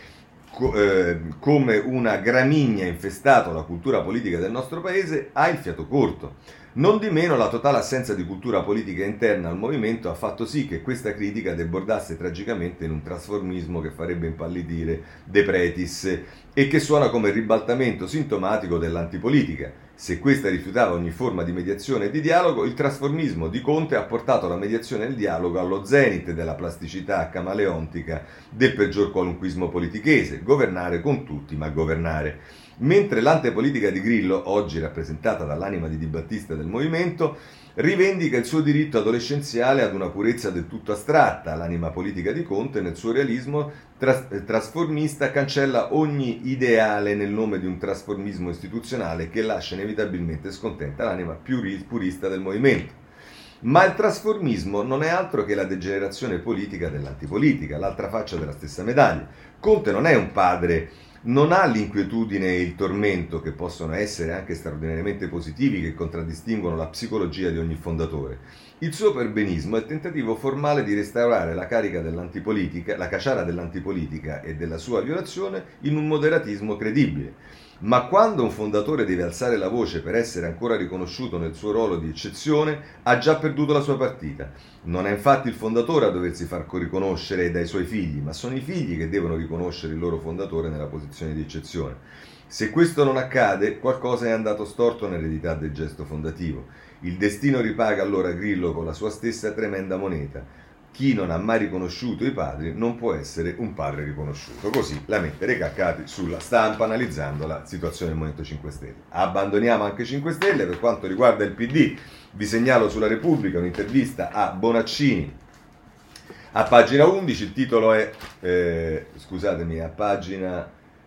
Speaker 1: come una gramigna infestato la cultura politica del nostro paese, ha il fiato corto. Non di meno la totale assenza di cultura politica interna al movimento ha fatto sì che questa critica debordasse tragicamente in un trasformismo che farebbe impallidire De Pretis e che suona come il ribaltamento sintomatico dell'antipolitica. Se questa rifiutava ogni forma di mediazione e di dialogo, il trasformismo di Conte ha portato la mediazione e il dialogo allo zenit della plasticità camaleontica del peggior qualunquismo politichese, governare con tutti ma governare. Mentre l'antepolitica di Grillo, oggi rappresentata dall'anima di Di Battista del movimento, rivendica il suo diritto adolescenziale ad una purezza del tutto astratta, l'anima politica di Conte nel suo realismo trasformista cancella ogni ideale nel nome di un trasformismo istituzionale che lascia inevitabilmente scontenta l'anima più purista del movimento. Ma il trasformismo non è altro che la degenerazione politica dell'antipolitica, l'altra faccia della stessa medaglia. Conte non è un padre, non ha l'inquietudine e il tormento che possono essere anche straordinariamente positivi, che contraddistinguono la psicologia di ogni fondatore. Il suo perbenismo è il tentativo formale di restaurare la carica dell'antipolitica, la caciara dell'antipolitica e della sua violazione in un moderatismo credibile. Ma quando un fondatore deve alzare la voce per essere ancora riconosciuto nel suo ruolo di eccezione, ha già perduto la sua partita. Non è infatti il fondatore a doversi far riconoscere dai suoi figli, ma sono i figli che devono riconoscere il loro fondatore nella posizione di eccezione. Se questo non accade, qualcosa è andato storto nell'eredità del gesto fondativo. Il destino ripaga allora Grillo con la sua stessa tremenda moneta. Chi non ha mai riconosciuto i padri non può essere un padre riconosciuto. Così la mette Recaccati sulla Stampa analizzando la situazione del Movimento 5 Stelle. Abbandoniamo anche 5 Stelle. Per quanto riguarda il PD, vi segnalo sulla Repubblica un'intervista a Bonaccini a pagina 11. Il titolo è scusatemi, a pagina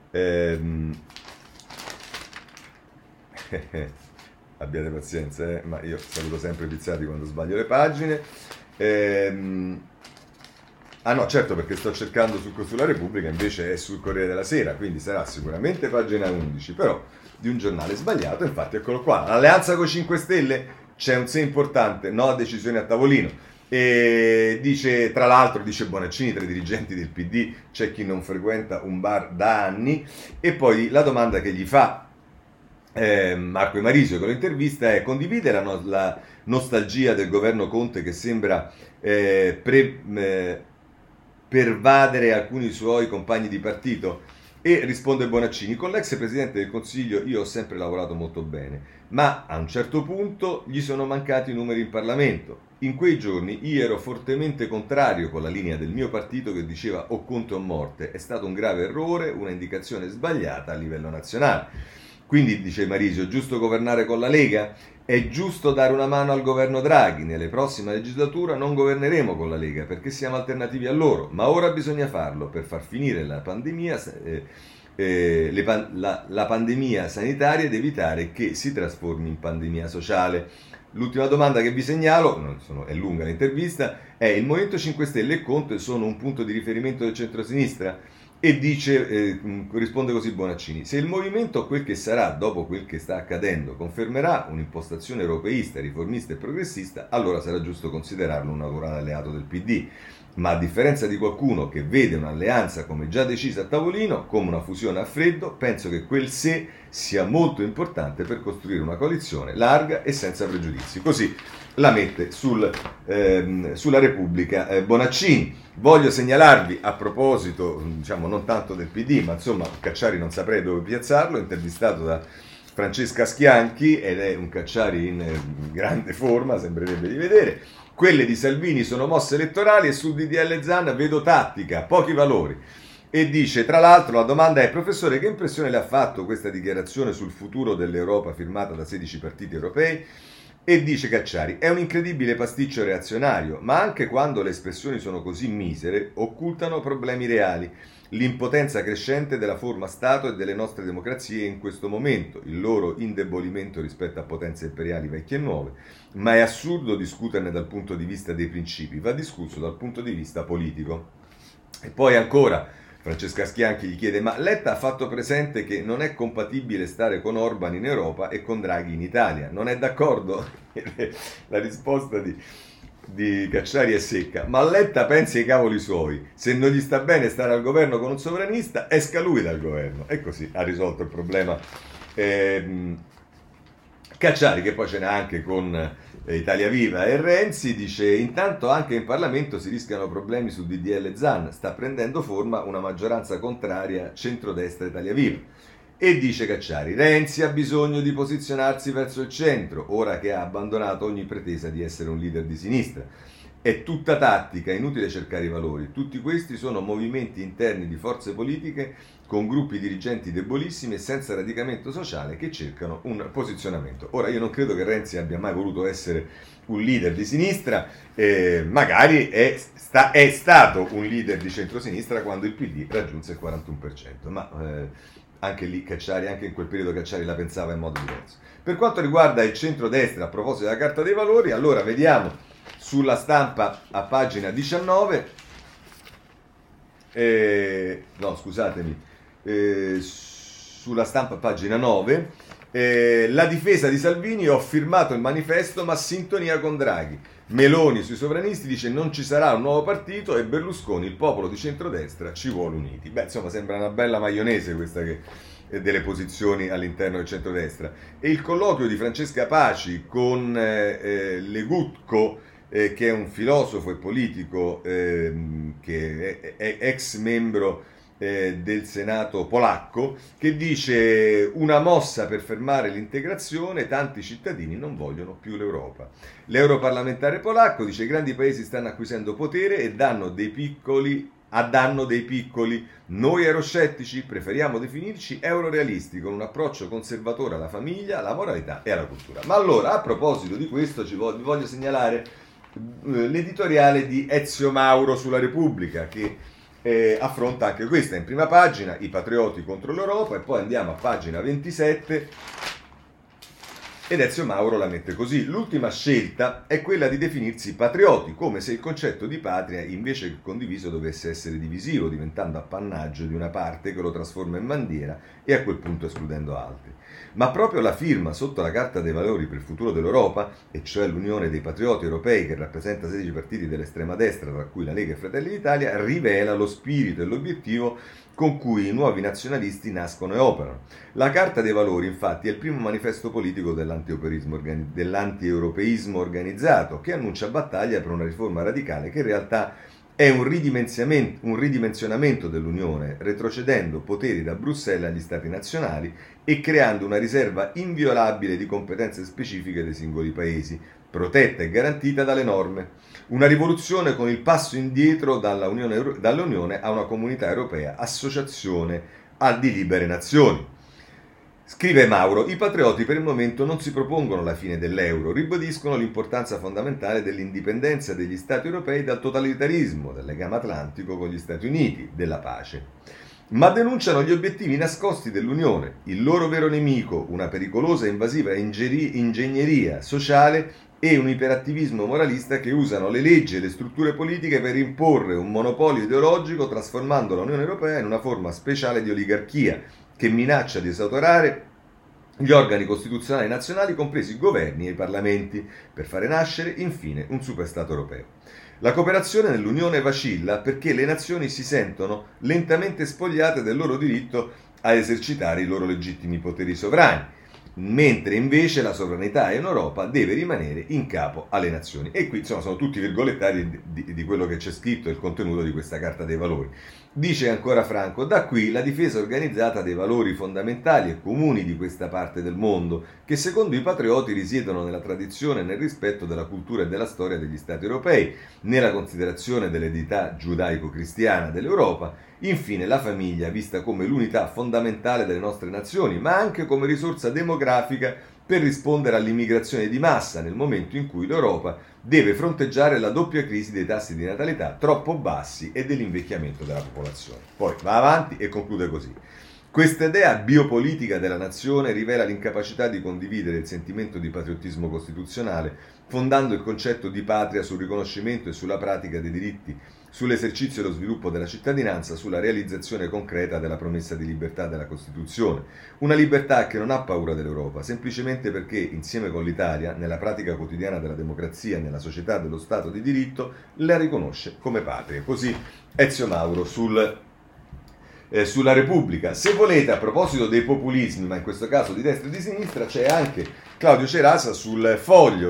Speaker 1: abbiate pazienza, ma io saluto sempre Pizzati quando sbaglio le pagine. No, certo, perché sto cercando sulla Repubblica, invece è sul Corriere della Sera, quindi sarà sicuramente pagina 11, però di un giornale sbagliato. Infatti eccolo qua, l'alleanza con 5 Stelle, c'è un se importante, no a decisioni a tavolino. E dice, tra l'altro, dice Bonaccini, tra i dirigenti del PD c'è chi non frequenta un bar da anni. E poi la domanda che gli fa Marco Marisio con l'intervista è: condivide la nostalgia del governo Conte che sembra pervadere alcuni suoi compagni di partito? E risponde Bonaccini: con l'ex Presidente del Consiglio io ho sempre lavorato molto bene, ma a un certo punto gli sono mancati i numeri in Parlamento. In quei giorni io ero fortemente contrario con la linea del mio partito che diceva o Conte o morte. È stato un grave errore, una indicazione sbagliata a livello nazionale. Quindi, dice Marisio, è giusto governare con la Lega? È giusto dare una mano al governo Draghi. Nelle prossime legislature non governeremo con la Lega perché siamo alternativi a loro, ma ora bisogna farlo per far finire la pandemia, la pandemia sanitaria ed evitare che si trasformi in pandemia sociale. L'ultima domanda che vi segnalo, è lunga l'intervista, è: il Movimento 5 Stelle e Conte sono un punto di riferimento del centro-sinistra? E dice, risponde così Bonaccini: se il movimento, quel che sarà dopo quel che sta accadendo, confermerà un'impostazione europeista, riformista e progressista, allora sarà giusto considerarlo un naturale alleato del PD. Ma a differenza di qualcuno che vede un'alleanza come già decisa a tavolino, come una fusione a freddo, penso che quel se sia molto importante per costruire una coalizione larga e senza pregiudizi. Così la mette sulla Repubblica Bonaccini. Voglio segnalarvi, a proposito, diciamo non tanto del PD, ma insomma Cacciari non saprei dove piazzarlo, intervistato da Francesca Schianchi, ed è un Cacciari in grande forma, sembrerebbe di vedere. Quelle di Salvini sono mosse elettorali e sul DDL Zan vedo tattica, pochi valori. E dice, tra l'altro, la domanda è: professore, che impressione le ha fatto questa dichiarazione sul futuro dell'Europa firmata da 16 partiti europei? E dice Cacciari: è un incredibile pasticcio reazionario, ma anche quando le espressioni sono così misere, occultano problemi reali. L'impotenza crescente della forma Stato e delle nostre democrazie in questo momento, il loro indebolimento rispetto a potenze imperiali vecchie e nuove, ma è assurdo discuterne dal punto di vista dei principi, va discusso dal punto di vista politico. E poi ancora Francesca Schianchi gli chiede: ma Letta ha fatto presente che non è compatibile stare con Orban in Europa e con Draghi in Italia, non è d'accordo? La risposta di Cacciari è secca, ma Letta pensi ai cavoli suoi, se non gli sta bene stare al governo con un sovranista, esca lui dal governo. E così ha risolto il problema Cacciari, che poi ce n'è anche con Italia Viva e Renzi. Dice: intanto anche in Parlamento si rischiano problemi sul DDL Zan, sta prendendo forma una maggioranza contraria centrodestra Italia Viva. E dice Cacciari: Renzi ha bisogno di posizionarsi verso il centro, ora che ha abbandonato ogni pretesa di essere un leader di sinistra. È tutta tattica, è inutile cercare i valori. Tutti questi sono movimenti interni di forze politiche con gruppi dirigenti debolissimi e senza radicamento sociale che cercano un posizionamento. Ora, io non credo che Renzi abbia mai voluto essere un leader di sinistra, magari è stato un leader di centrosinistra quando il PD raggiunse il 41%, ma anche lì Cacciari, anche in quel periodo Cacciari la pensava in modo diverso. Per quanto riguarda il centrodestra, a proposito della Carta dei Valori, allora vediamo sulla Stampa a pagina 19, no scusatemi, sulla Stampa a pagina 9, la difesa di Salvini: ho firmato il manifesto ma sintonia con Draghi. Meloni sui sovranisti dice: non ci sarà un nuovo partito, e Berlusconi: il popolo di centrodestra ci vuole uniti. Beh, insomma, sembra una bella maionese questa delle posizioni all'interno del centrodestra. E il colloquio di Francesca Paci con Legutko, che è un filosofo e politico che è ex membro del Senato polacco, che dice: una mossa per fermare l'integrazione, tanti cittadini non vogliono più l'Europa. L'europarlamentare polacco dice: i grandi paesi stanno acquisendo potere e danno dei piccoli a danno dei piccoli. Noi euroscettici preferiamo definirci eurorealisti, con un approccio conservatore alla famiglia, alla moralità e alla cultura. Ma allora, a proposito di questo, vi voglio segnalare l'editoriale di Ezio Mauro sulla Repubblica, che affronta anche questa in prima pagina: i patrioti contro l'Europa. E poi andiamo a pagina 27 ed Ezio Mauro la mette così: l'ultima scelta è quella di definirsi patrioti, come se il concetto di patria invece che condiviso dovesse essere divisivo, diventando appannaggio di una parte che lo trasforma in bandiera e a quel punto escludendo altri. Ma proprio la firma sotto la Carta dei Valori per il futuro dell'Europa, e cioè l'Unione dei Patrioti Europei, che rappresenta 16 partiti dell'estrema destra, tra cui la Lega e Fratelli d'Italia, rivela lo spirito e l'obiettivo con cui i nuovi nazionalisti nascono e operano. La Carta dei Valori, infatti, è il primo manifesto politico dell'anti-europeismo organizzato, che annuncia battaglia per una riforma radicale che in realtà è un ridimensionamento dell'Unione, retrocedendo poteri da Bruxelles agli Stati nazionali e creando una riserva inviolabile di competenze specifiche dei singoli paesi, protetta e garantita dalle norme. Una rivoluzione con il passo indietro dall'Unione a una comunità europea, associazione di libere nazioni. Scrive Mauro: i patrioti per il momento non si propongono la fine dell'euro, ribadiscono l'importanza fondamentale dell'indipendenza degli Stati europei dal totalitarismo, del legame atlantico con gli Stati Uniti, della pace. Ma denunciano gli obiettivi nascosti dell'Unione, il loro vero nemico, una pericolosa e invasiva ingegneria sociale e un iperattivismo moralista che usano le leggi e le strutture politiche per imporre un monopolio ideologico, trasformando l'Unione Europea in una forma speciale di oligarchia che minaccia di esautorare gli organi costituzionali nazionali, compresi i governi e i parlamenti, per fare nascere infine un superstato europeo. La cooperazione nell'Unione vacilla perché le nazioni si sentono lentamente spogliate del loro diritto a esercitare i loro legittimi poteri sovrani, mentre invece la sovranità in Europa deve rimanere in capo alle nazioni. E qui insomma sono tutti virgolettari di quello che c'è scritto, il contenuto di questa Carta dei Valori. Dice ancora Franco: da qui la difesa organizzata dei valori fondamentali e comuni di questa parte del mondo, che secondo i patrioti risiedono nella tradizione e nel rispetto della cultura e della storia degli Stati europei, nella considerazione dell'eredità giudaico-cristiana dell'Europa, infine la famiglia vista come l'unità fondamentale delle nostre nazioni, ma anche come risorsa demografica per rispondere all'immigrazione di massa nel momento in cui l'Europa deve fronteggiare la doppia crisi dei tassi di natalità troppo bassi e dell'invecchiamento della popolazione. Poi va avanti e conclude così: questa idea biopolitica della nazione rivela l'incapacità di condividere il sentimento di patriottismo costituzionale, fondando il concetto di patria sul riconoscimento e sulla pratica dei diritti sull'esercizio e lo sviluppo della cittadinanza, sulla realizzazione concreta della promessa di libertà della Costituzione. Una libertà che non ha paura dell'Europa, semplicemente perché, insieme con l'Italia, nella pratica quotidiana della democrazia e nella società dello Stato di diritto, la riconosce come patria. Così Ezio Mauro sulla Repubblica. Se volete, a proposito dei populismi, ma in questo caso di destra e di sinistra, c'è anche Claudio Cerasa sul Foglio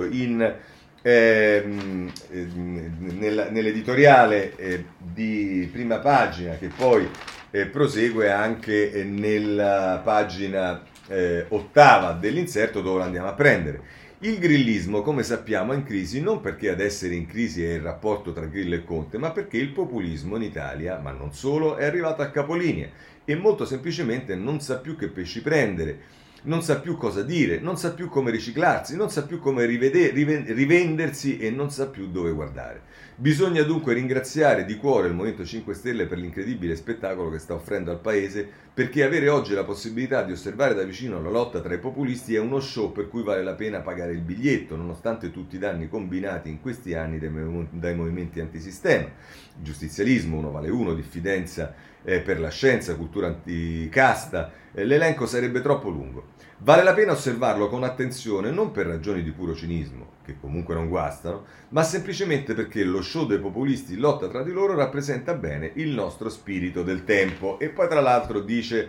Speaker 1: nell'editoriale di prima pagina, che poi prosegue anche nella pagina ottava dell'inserto, dove lo andiamo a prendere. Il grillismo, come sappiamo, è in crisi non perché ad essere in crisi è il rapporto tra Grillo e Conte, ma perché il populismo in Italia, ma non solo, è arrivato a capolinea e molto semplicemente non sa più che pesci prendere, non sa più cosa dire, non sa più come riciclarsi, non sa più come rivendersi e non sa più dove guardare. Bisogna dunque ringraziare di cuore il Movimento 5 Stelle per l'incredibile spettacolo che sta offrendo al Paese, perché avere oggi la possibilità di osservare da vicino la lotta tra i populisti è uno show per cui vale la pena pagare il biglietto, nonostante tutti i danni combinati in questi anni dai movimenti antisistema. Giustizialismo, uno vale uno, diffidenza per la scienza, cultura anticasta, l'elenco sarebbe troppo lungo. Vale la pena osservarlo con attenzione, non per ragioni di puro cinismo, che comunque non guastano, ma semplicemente perché lo show dei populisti in lotta tra di loro rappresenta bene il nostro spirito del tempo. E poi tra l'altro dice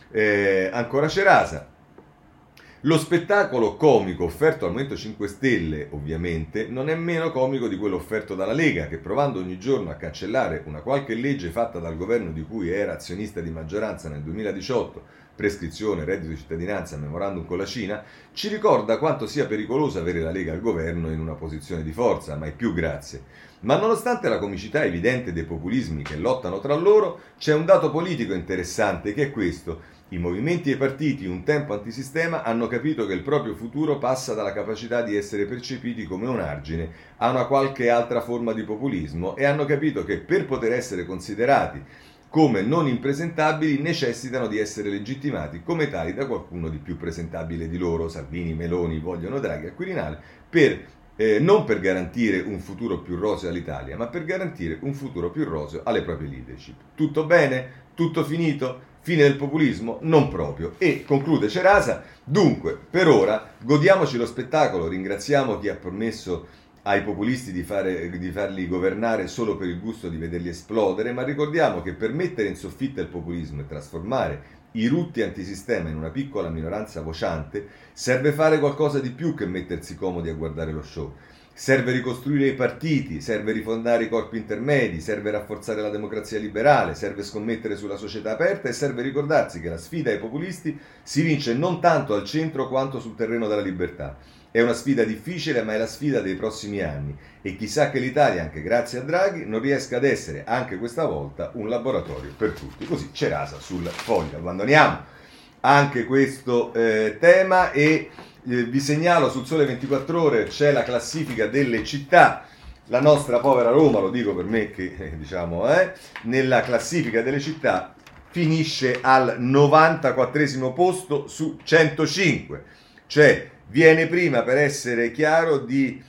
Speaker 1: ancora Cerasa: lo spettacolo comico offerto al Movimento 5 Stelle, ovviamente, non è meno comico di quello offerto dalla Lega, che provando ogni giorno a cancellare una qualche legge fatta dal governo di cui era azionista di maggioranza nel 2018, prescrizione, reddito di cittadinanza, memorandum con la Cina, ci ricorda quanto sia pericoloso avere la Lega al governo in una posizione di forza, mai più grazie. Ma nonostante la comicità evidente dei populismi che lottano tra loro, c'è un dato politico interessante, che è questo: i movimenti e i partiti, un tempo antisistema, hanno capito che il proprio futuro passa dalla capacità di essere percepiti come un argine a una qualche altra forma di populismo, e hanno capito che per poter essere considerati come non impresentabili necessitano di essere legittimati come tali da qualcuno di più presentabile di loro. Salvini, Meloni vogliono Draghi al Quirinale non per garantire un futuro più roseo all'Italia, ma per garantire un futuro più roseo alle proprie leadership. Tutto bene? Tutto finito? Fine del populismo? Non proprio. E conclude Cerasa: dunque, per ora, godiamoci lo spettacolo, ringraziamo chi ha permesso ai populisti di farli governare solo per il gusto di vederli esplodere, ma ricordiamo che per mettere in soffitta il populismo e trasformare i rutti antisistema in una piccola minoranza vociante serve fare qualcosa di più che mettersi comodi a guardare lo show. Serve ricostruire i partiti, serve rifondare i corpi intermedi, serve rafforzare la democrazia liberale, serve scommettere sulla società aperta e serve ricordarsi che la sfida ai populisti si vince non tanto al centro quanto sul terreno della libertà. È una sfida difficile, ma è la sfida dei prossimi anni, e chissà che l'Italia, anche grazie a Draghi, non riesca ad essere anche questa volta un laboratorio per tutti. Così Cerasa sul Foglio. Abbandoniamo anche questo tema e vi segnalo sul Sole 24 Ore c'è la classifica delle città. La nostra povera Roma, lo dico per me che nella classifica delle città finisce al 94esimo posto su 105, cioè viene prima, per essere chiaro, di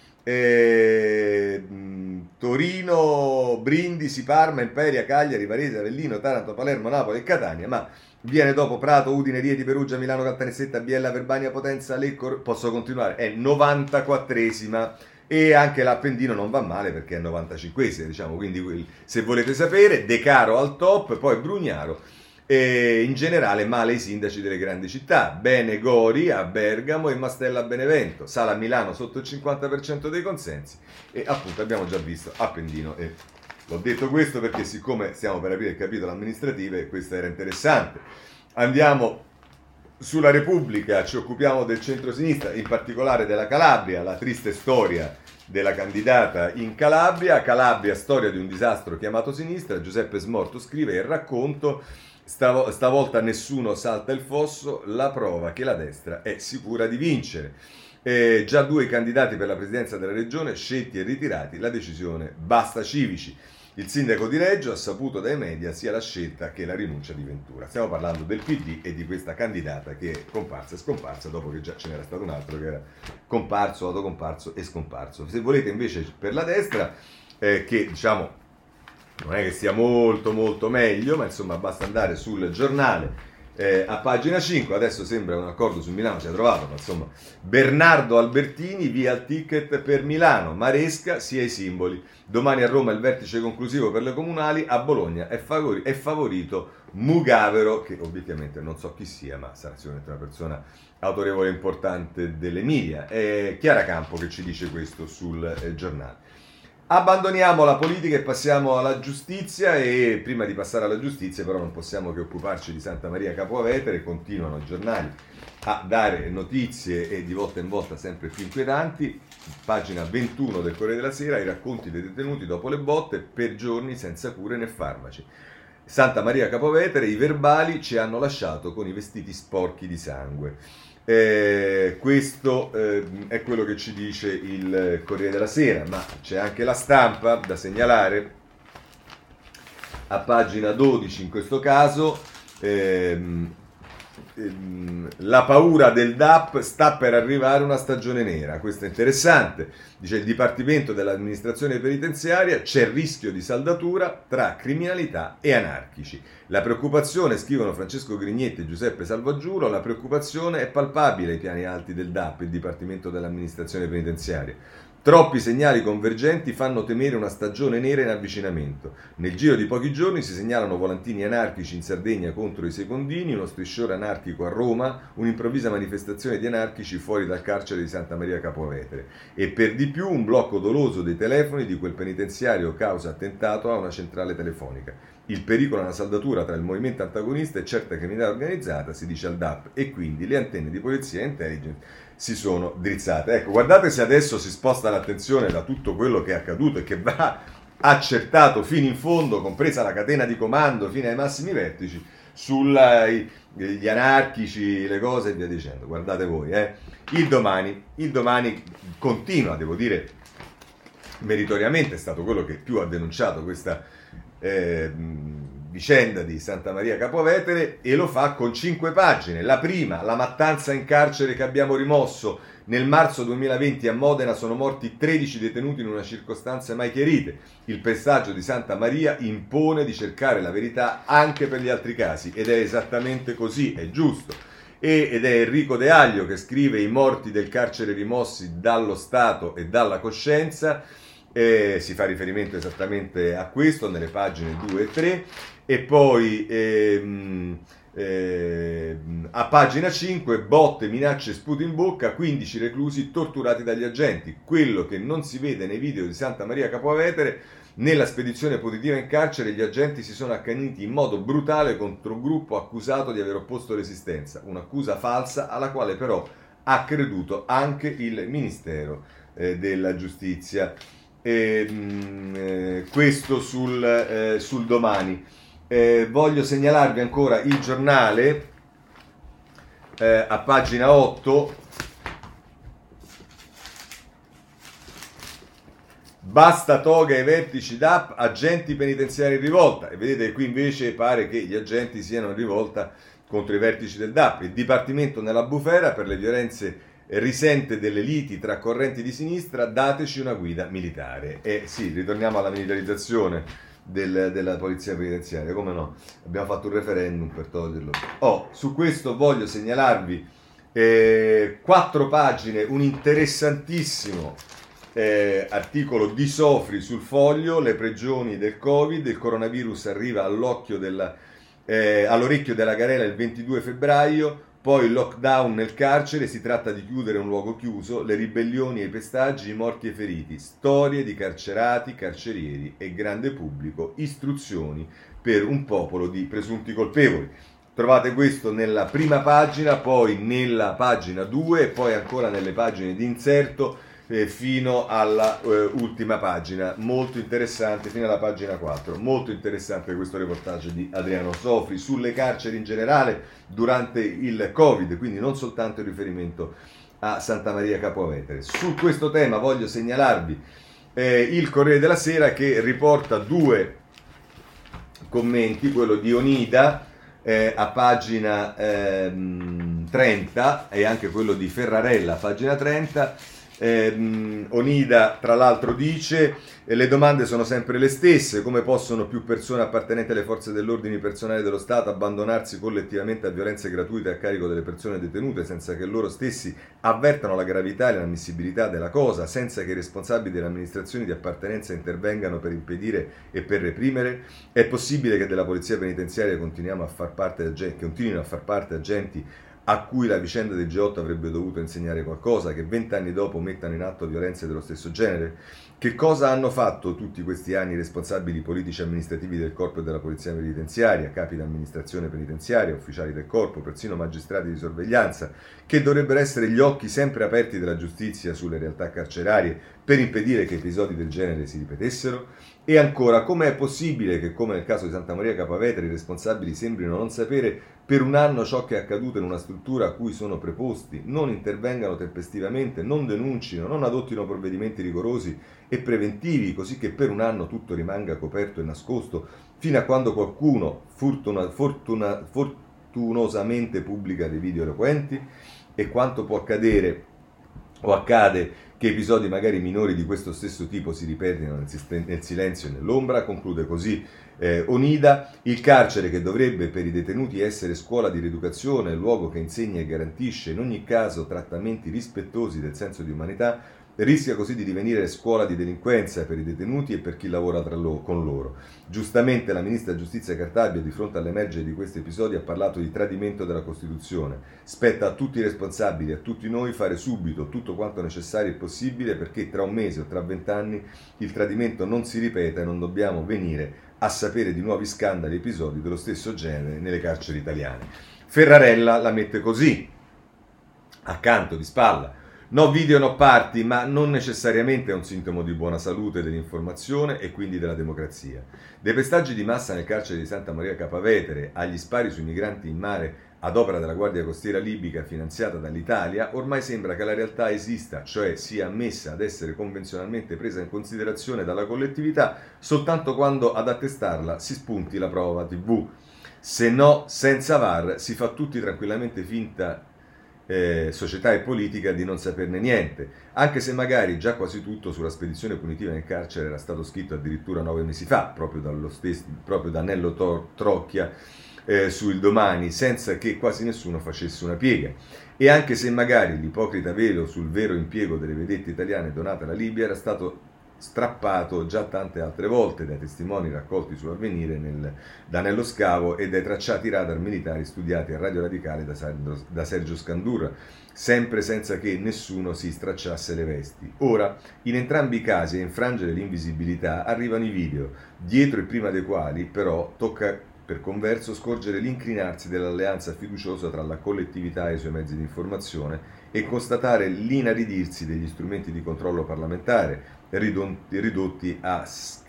Speaker 1: Torino, Brindisi, Parma, Imperia, Cagliari, Varese, Avellino, Taranto, Palermo, Napoli e Catania, ma viene dopo Prato, Udine, Rieti, Perugia, Milano, Caltanissetta, Biella, Verbania, Potenza, Lecco, posso continuare, è 94esima, e anche l'Appendino non va male perché è 95esima, diciamo, quindi se volete sapere, De Caro al top, poi Brugnaro. E in generale male i sindaci delle grandi città, bene Gori a Bergamo e Mastella a Benevento, Sala a Milano sotto il 50% dei consensi, e appunto abbiamo già visto Appendino. E l'ho detto questo perché siccome stiamo per aprire il capitolo amministrativo e questo era interessante. Andiamo sulla Repubblica, ci occupiamo del centro-sinistra, in particolare della Calabria, la triste storia della candidata in Calabria, storia di un disastro chiamato sinistra. Giuseppe Smorto scrive il racconto. Stavolta nessuno salta il fosso, la prova che la destra è sicura di vincere. Già 2 candidati per la presidenza della regione scelti e ritirati, la decisione basta Civici. Il sindaco di Reggio ha saputo dai media sia la scelta che la rinuncia di Ventura. Stiamo parlando del PD e di questa candidata che è comparsa e scomparsa dopo che già ce n'era stato un altro che era comparso, autocomparso e scomparso. Se volete invece per la destra, che diciamo non è che sia molto molto meglio, ma insomma basta andare sul giornale a pagina 5. Adesso sembra un accordo su Milano sia trovato, ma insomma, Bernardo Albertini via il ticket per Milano, Maresca sia i simboli, domani a Roma il vertice conclusivo per le comunali, a Bologna è favorito Mugavero, che obiettivamente non so chi sia, ma sarà sicuramente una persona autorevole e importante dell'Emilia. È Chiara Campo che ci dice questo sul giornale. Abbandoniamo la politica e passiamo alla giustizia, e prima di passare alla giustizia però non possiamo che occuparci di Santa Maria Capua Vetere. Continuano i giornali a dare notizie e di volta in volta sempre più inquietanti. Pagina 21 del Corriere della Sera, i racconti dei detenuti dopo le botte, per giorni senza cure né farmaci. Santa Maria Capua Vetere, i verbali ci hanno lasciato con i vestiti sporchi di sangue. Questo è quello che ci dice il Corriere della Sera, ma c'è anche La Stampa da segnalare a pagina 12 in questo caso. La paura del DAP, sta per arrivare una stagione nera. Questo è interessante. Dice il Dipartimento dell'Amministrazione Penitenziaria, c'è rischio di saldatura tra criminalità e anarchici. La preoccupazione, scrivono Francesco Grignetti e Giuseppe Salvaggiuro, la preoccupazione è palpabile ai piani alti del DAP, il Dipartimento dell'Amministrazione Penitenziaria. Troppi segnali convergenti fanno temere una stagione nera in avvicinamento. Nel giro di pochi giorni si segnalano volantini anarchici in Sardegna contro i secondini, uno striscione anarchico a Roma, un'improvvisa manifestazione di anarchici fuori dal carcere di Santa Maria Capua Vetere e per di più un blocco doloso dei telefoni di quel penitenziario causa attentato a una centrale telefonica. Il pericolo è una saldatura tra il movimento antagonista e certa criminalità organizzata, si dice al DAP, e quindi le antenne di polizia e intelligence si sono drizzate. Ecco, guardate se adesso si sposta l'attenzione da tutto quello che è accaduto e che va accertato fino in fondo, compresa la catena di comando fino ai massimi vertici, sugli anarchici, le cose e via dicendo. Guardate voi, Il domani continua, devo dire, meritoriamente è stato quello che più ha denunciato questa vicenda di Santa Maria Capua Vetere, e lo fa con 5 pagine. La prima, la mattanza in carcere che abbiamo rimosso. Nel marzo 2020 a Modena sono morti 13 detenuti in una circostanza mai chiarite. Il pestaggio di Santa Maria impone di cercare la verità anche per gli altri casi, ed è esattamente così, è giusto. Ed è Enrico De Aglio che scrive: i morti del carcere rimossi dallo Stato e dalla coscienza. Si fa riferimento esattamente a questo nelle pagine 2 e 3, e poi a pagina 5 botte, minacce, sputi in bocca, 15 reclusi torturati dagli agenti. Quello che non si vede nei video di Santa Maria Capua Vetere: nella spedizione positiva in carcere gli agenti si sono accaniti in modo brutale contro un gruppo accusato di aver opposto resistenza, un'accusa falsa alla quale però ha creduto anche il Ministero della Giustizia. Questo sul domani. Voglio segnalarvi ancora il giornale a pagina 8. Basta toga ai vertici DAP, agenti penitenziari in rivolta. E vedete che qui invece pare che gli agenti siano in rivolta contro i vertici del DAP. Il Dipartimento nella bufera per le violenze risente delle liti tra correnti di sinistra, dateci una guida militare. E sì, ritorniamo alla militarizzazione della polizia penitenziaria, come no? Abbiamo fatto un referendum per toglierlo. Su questo voglio segnalarvi 4 pagine, un interessantissimo articolo di Sofri sul Foglio, le prigioni del Covid, il coronavirus arriva all'orecchio della Garela il 22 febbraio, poi il lockdown nel carcere, si tratta di chiudere un luogo chiuso, le ribellioni e i pestaggi, i morti e i feriti, storie di carcerati, carcerieri e grande pubblico, istruzioni per un popolo di presunti colpevoli. Trovate questo nella prima pagina, poi nella pagina 2 e poi ancora nelle pagine di inserto fino alla ultima pagina, molto interessante, fino alla pagina 4, molto interessante questo reportage di Adriano Sofri sulle carceri in generale durante il Covid, quindi non soltanto il riferimento a Santa Maria Capua Vetere. Su questo tema voglio segnalarvi il Corriere della Sera che riporta 2 commenti, quello di Onida a pagina 30 e anche quello di Ferrarella a pagina 30. Onida tra l'altro dice le domande sono sempre le stesse: come possono più persone appartenenti alle forze dell'ordine personali dello Stato abbandonarsi collettivamente a violenze gratuite a carico delle persone detenute senza che loro stessi avvertano la gravità e l'inammissibilità della cosa, senza che i responsabili delle amministrazioni di appartenenza intervengano per impedire e per reprimere? È possibile che della polizia penitenziaria continuino a far parte agenti a cui la vicenda del G8 avrebbe dovuto insegnare qualcosa, che 20 anni dopo mettano in atto violenze dello stesso genere? Che cosa hanno fatto tutti questi anni i responsabili politici e amministrativi del corpo e della polizia penitenziaria, capi d'amministrazione penitenziaria, ufficiali del corpo, persino magistrati di sorveglianza, che dovrebbero essere gli occhi sempre aperti della giustizia sulle realtà carcerarie per impedire che episodi del genere si ripetessero? E ancora, com'è possibile che, come nel caso di Santa Maria Capua Vetere, i responsabili sembrino non sapere per un anno ciò che è accaduto in una struttura a cui sono preposti, non intervengano tempestivamente, non denuncino, non adottino provvedimenti rigorosi e preventivi, così che per un anno tutto rimanga coperto e nascosto, fino a quando qualcuno fortunosamente pubblica dei video eloquenti? E quanto può accadere o accade che episodi magari minori di questo stesso tipo si ripetino nel silenzio e nell'ombra? Conclude così Onida: il carcere, che dovrebbe per i detenuti essere scuola di rieducazione, luogo che insegna e garantisce in ogni caso trattamenti rispettosi del senso di umanità, rischia così di divenire scuola di delinquenza per i detenuti e per chi lavora con loro. Giustamente la ministra Giustizia Cartabia, di fronte all'emergere di questi episodi, ha parlato di tradimento della Costituzione. Spetta a tutti i responsabili, a tutti noi, fare subito tutto quanto necessario e possibile perché tra un mese o tra 20 anni il tradimento non si ripeta e non dobbiamo venire a sapere di nuovi scandali e episodi dello stesso genere nelle carceri italiane. Ferrarella la mette così, accanto, di spalla: no video, no party, ma non necessariamente è un sintomo di buona salute dell'informazione e quindi della democrazia. Dai pestaggi di massa nel carcere di Santa Maria Capua Vetere agli spari sui migranti in mare ad opera della Guardia Costiera libica finanziata dall'Italia, ormai sembra che la realtà esista, cioè sia ammessa ad essere convenzionalmente presa in considerazione dalla collettività soltanto quando ad attestarla si spunti la prova TV. Se no, senza VAR si fa tutti tranquillamente finta, società e politica, di non saperne niente, anche se magari già quasi tutto sulla spedizione punitiva in carcere era stato scritto addirittura 9 mesi fa, proprio da Nello Trocchia su Il Domani, senza che quasi nessuno facesse una piega. E anche se magari l'ipocrita velo sul vero impiego delle vedette italiane donate alla Libia era stato strappato già tante altre volte dai testimoni raccolti sull'Avvenire da Nello Scavo e dai tracciati radar militari studiati a Radio Radicale da Sergio Scandurra, sempre senza che nessuno si stracciasse le vesti. Ora, in entrambi i casi, a infrangere l'invisibilità arrivano i video, dietro e prima dei quali però tocca per converso scorgere l'incrinarsi dell'alleanza fiduciosa tra la collettività e i suoi mezzi di informazione e constatare l'inaridirsi degli strumenti di controllo parlamentare, ridotti a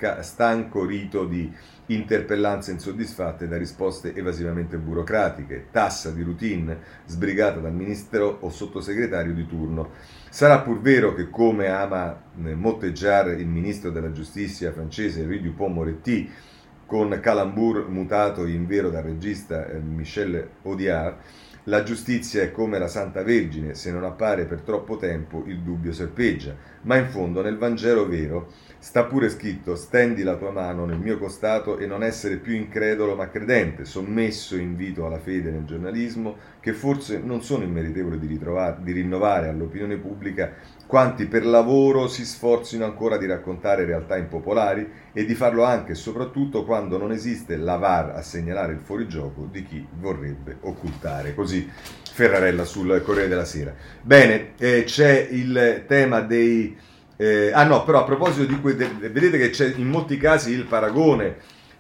Speaker 1: stanco rito di interpellanze insoddisfatte da risposte evasivamente burocratiche, tassa di routine sbrigata dal ministro o sottosegretario di turno. Sarà pur vero che, come ama motteggiare il ministro della giustizia francese Henri Dupond-Moretti, con calembour mutato in vero dal regista Michel Audiard, la giustizia è come la Santa Vergine: se non appare per troppo tempo il dubbio serpeggia. Ma in fondo nel Vangelo vero sta pure scritto: stendi la tua mano nel mio costato e non essere più incredulo ma credente. Sommesso invito alla fede nel giornalismo, che forse non sono immeritevoli di rinnovare all'opinione pubblica quanti per lavoro si sforzino ancora di raccontare realtà impopolari e di farlo anche e soprattutto quando non esiste la VAR a segnalare il fuorigioco di chi vorrebbe occultare. Così Ferrarella sul Corriere della Sera. Bene, c'è il tema dei... però a proposito di vedete che c'è in molti casi il paragone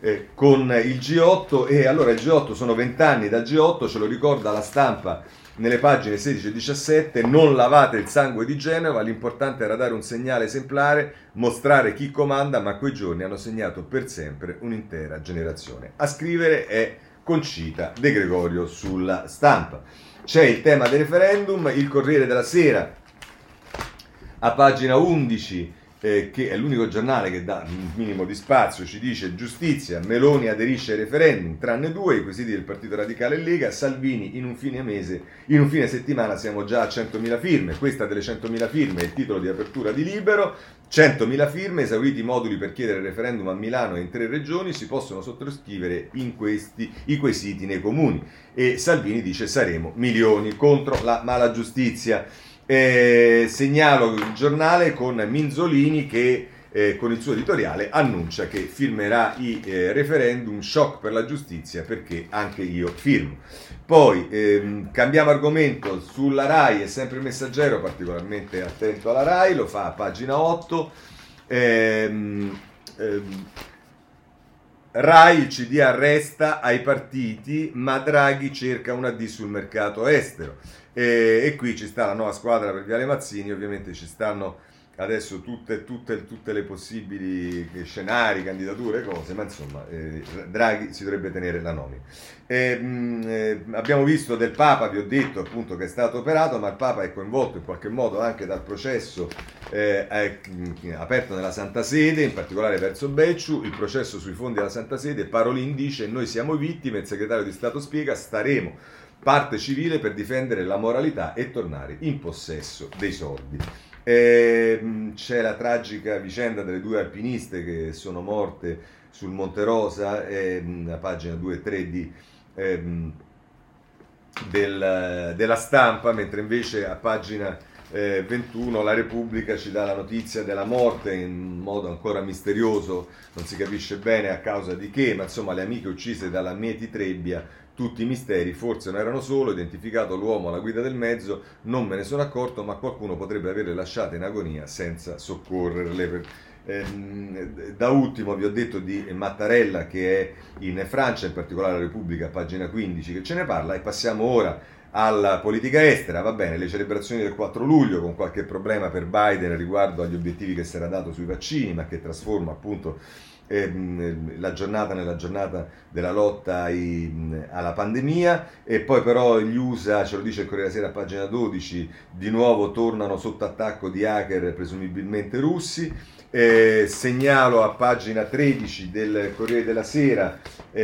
Speaker 1: con il G8, e allora il G8 sono 20 anni dal G8, ce lo ricorda La Stampa nelle pagine 16 e 17, non lavate il sangue di Genova, l'importante era dare un segnale esemplare, mostrare chi comanda, ma quei giorni hanno segnato per sempre un'intera generazione. A scrivere è Concita De Gregorio sulla Stampa. C'è il tema del referendum, il Corriere della Sera, a pagina 11, che è l'unico giornale che dà un minimo di spazio, ci dice: giustizia, Meloni aderisce ai referendum, tranne due, i quesiti del Partito Radicale e Lega, Salvini in un fine settimana siamo già a 100.000 firme, questa delle 100.000 firme è il titolo di apertura di Libero. 100.000 firme, esauriti i moduli per chiedere il referendum a Milano e in 3 regioni, si possono sottoscrivere in questi i quesiti nei comuni. E Salvini dice: saremo milioni contro la mala giustizia. Segnalo il giornale con Minzolini che con il suo editoriale annuncia che firmerà i referendum, shock per la giustizia perché anche io firmo. Poi cambiamo argomento, sulla Rai è sempre il Messaggero particolarmente attento alla Rai, lo fa a pagina 8. Rai, il CD arresta ai partiti, ma Draghi cerca un AD sul mercato estero. E qui ci sta la nuova squadra per Viale Mazzini, ovviamente ci stanno adesso tutte le possibili scenari, candidature, cose, ma insomma Draghi si dovrebbe tenere la nomina. Abbiamo visto del Papa, vi ho detto appunto che è stato operato, ma il Papa è coinvolto in qualche modo anche dal processo aperto nella Santa Sede, in particolare verso Becciu, il processo sui fondi della Santa Sede. Parolin dice: noi siamo vittime, il segretario di Stato spiega: staremo parte civile per difendere la moralità e tornare in possesso dei soldi. C'è la tragica vicenda delle 2 alpiniste che sono morte sul Monte Rosa, a pagina 2 e 3 della Stampa, mentre invece a pagina 21 la Repubblica ci dà la notizia della morte in modo ancora misterioso, non si capisce bene a causa di che, ma insomma le amiche uccise dalla Mieti Trebbia. Tutti i misteri, forse non erano solo, identificato l'uomo alla guida del mezzo, non me ne sono accorto, ma qualcuno potrebbe averle lasciate in agonia senza soccorrerle. Da ultimo vi ho detto di Mattarella che è in Francia, in particolare la Repubblica, pagina 15, che ce ne parla, e passiamo ora alla politica estera. Va bene, le celebrazioni del 4 luglio con qualche problema per Biden riguardo agli obiettivi che si era dato sui vaccini, ma che trasforma appunto la giornata nella giornata della lotta alla pandemia. E poi però gli USA, ce lo dice il Corriere della Sera a pagina 12, di nuovo tornano sotto attacco di hacker presumibilmente russi. Segnalo a pagina 13 del Corriere della Sera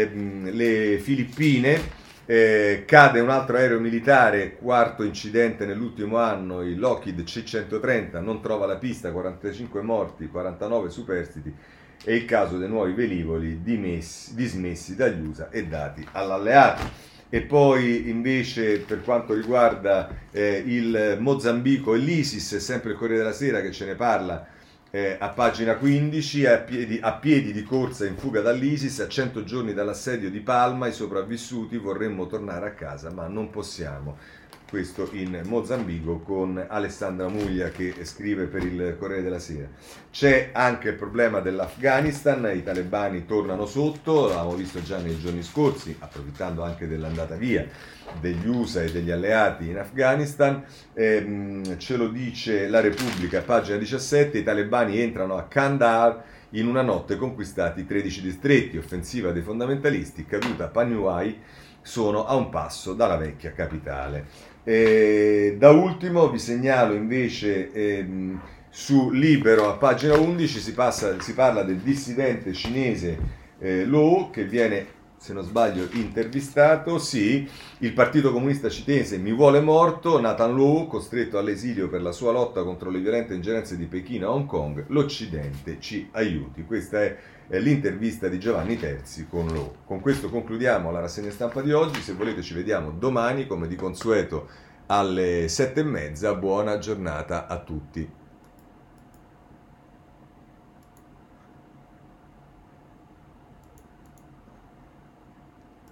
Speaker 1: le Filippine. Cade un altro aereo militare, 4º incidente nell'ultimo anno, il Lockheed C-130 non trova la pista, 45 morti, 49 superstiti. È il caso dei nuovi velivoli dismessi dagli USA e dati all'alleato. E poi invece per quanto riguarda il Mozambico e l'ISIS, sempre il Corriere della Sera che ce ne parla a pagina 15, a piedi di corsa in fuga dall'ISIS, a 100 giorni dall'assedio di Palma, i sopravvissuti: vorremmo tornare a casa ma non possiamo. Questo in Mozambico, con Alessandra Muglia che scrive per il Corriere della Sera. C'è anche il problema dell'Afghanistan, i talebani tornano sotto, l'abbiamo visto già nei giorni scorsi, approfittando anche dell'andata via degli USA e degli alleati in Afghanistan. Ce lo dice la Repubblica, pagina 17, i talebani entrano a Kandahar, in una notte conquistati 13 distretti, offensiva dei fondamentalisti, caduta Panjwai, sono a un passo dalla vecchia capitale. Da ultimo vi segnalo invece su Libero a pagina 11 si parla del dissidente cinese Lou, che viene, se non sbaglio, intervistato. Sì, il Partito Comunista Cinese mi vuole morto, Nathan Lou costretto all'esilio per la sua lotta contro le violente ingerenze di Pechino a Hong Kong, l'Occidente ci aiuti. Questa è l'intervista di Giovanni Terzi con Lou. Con questo concludiamo la rassegna stampa di oggi. Se volete ci vediamo domani come di consueto alle 7:30. Buona giornata a tutti.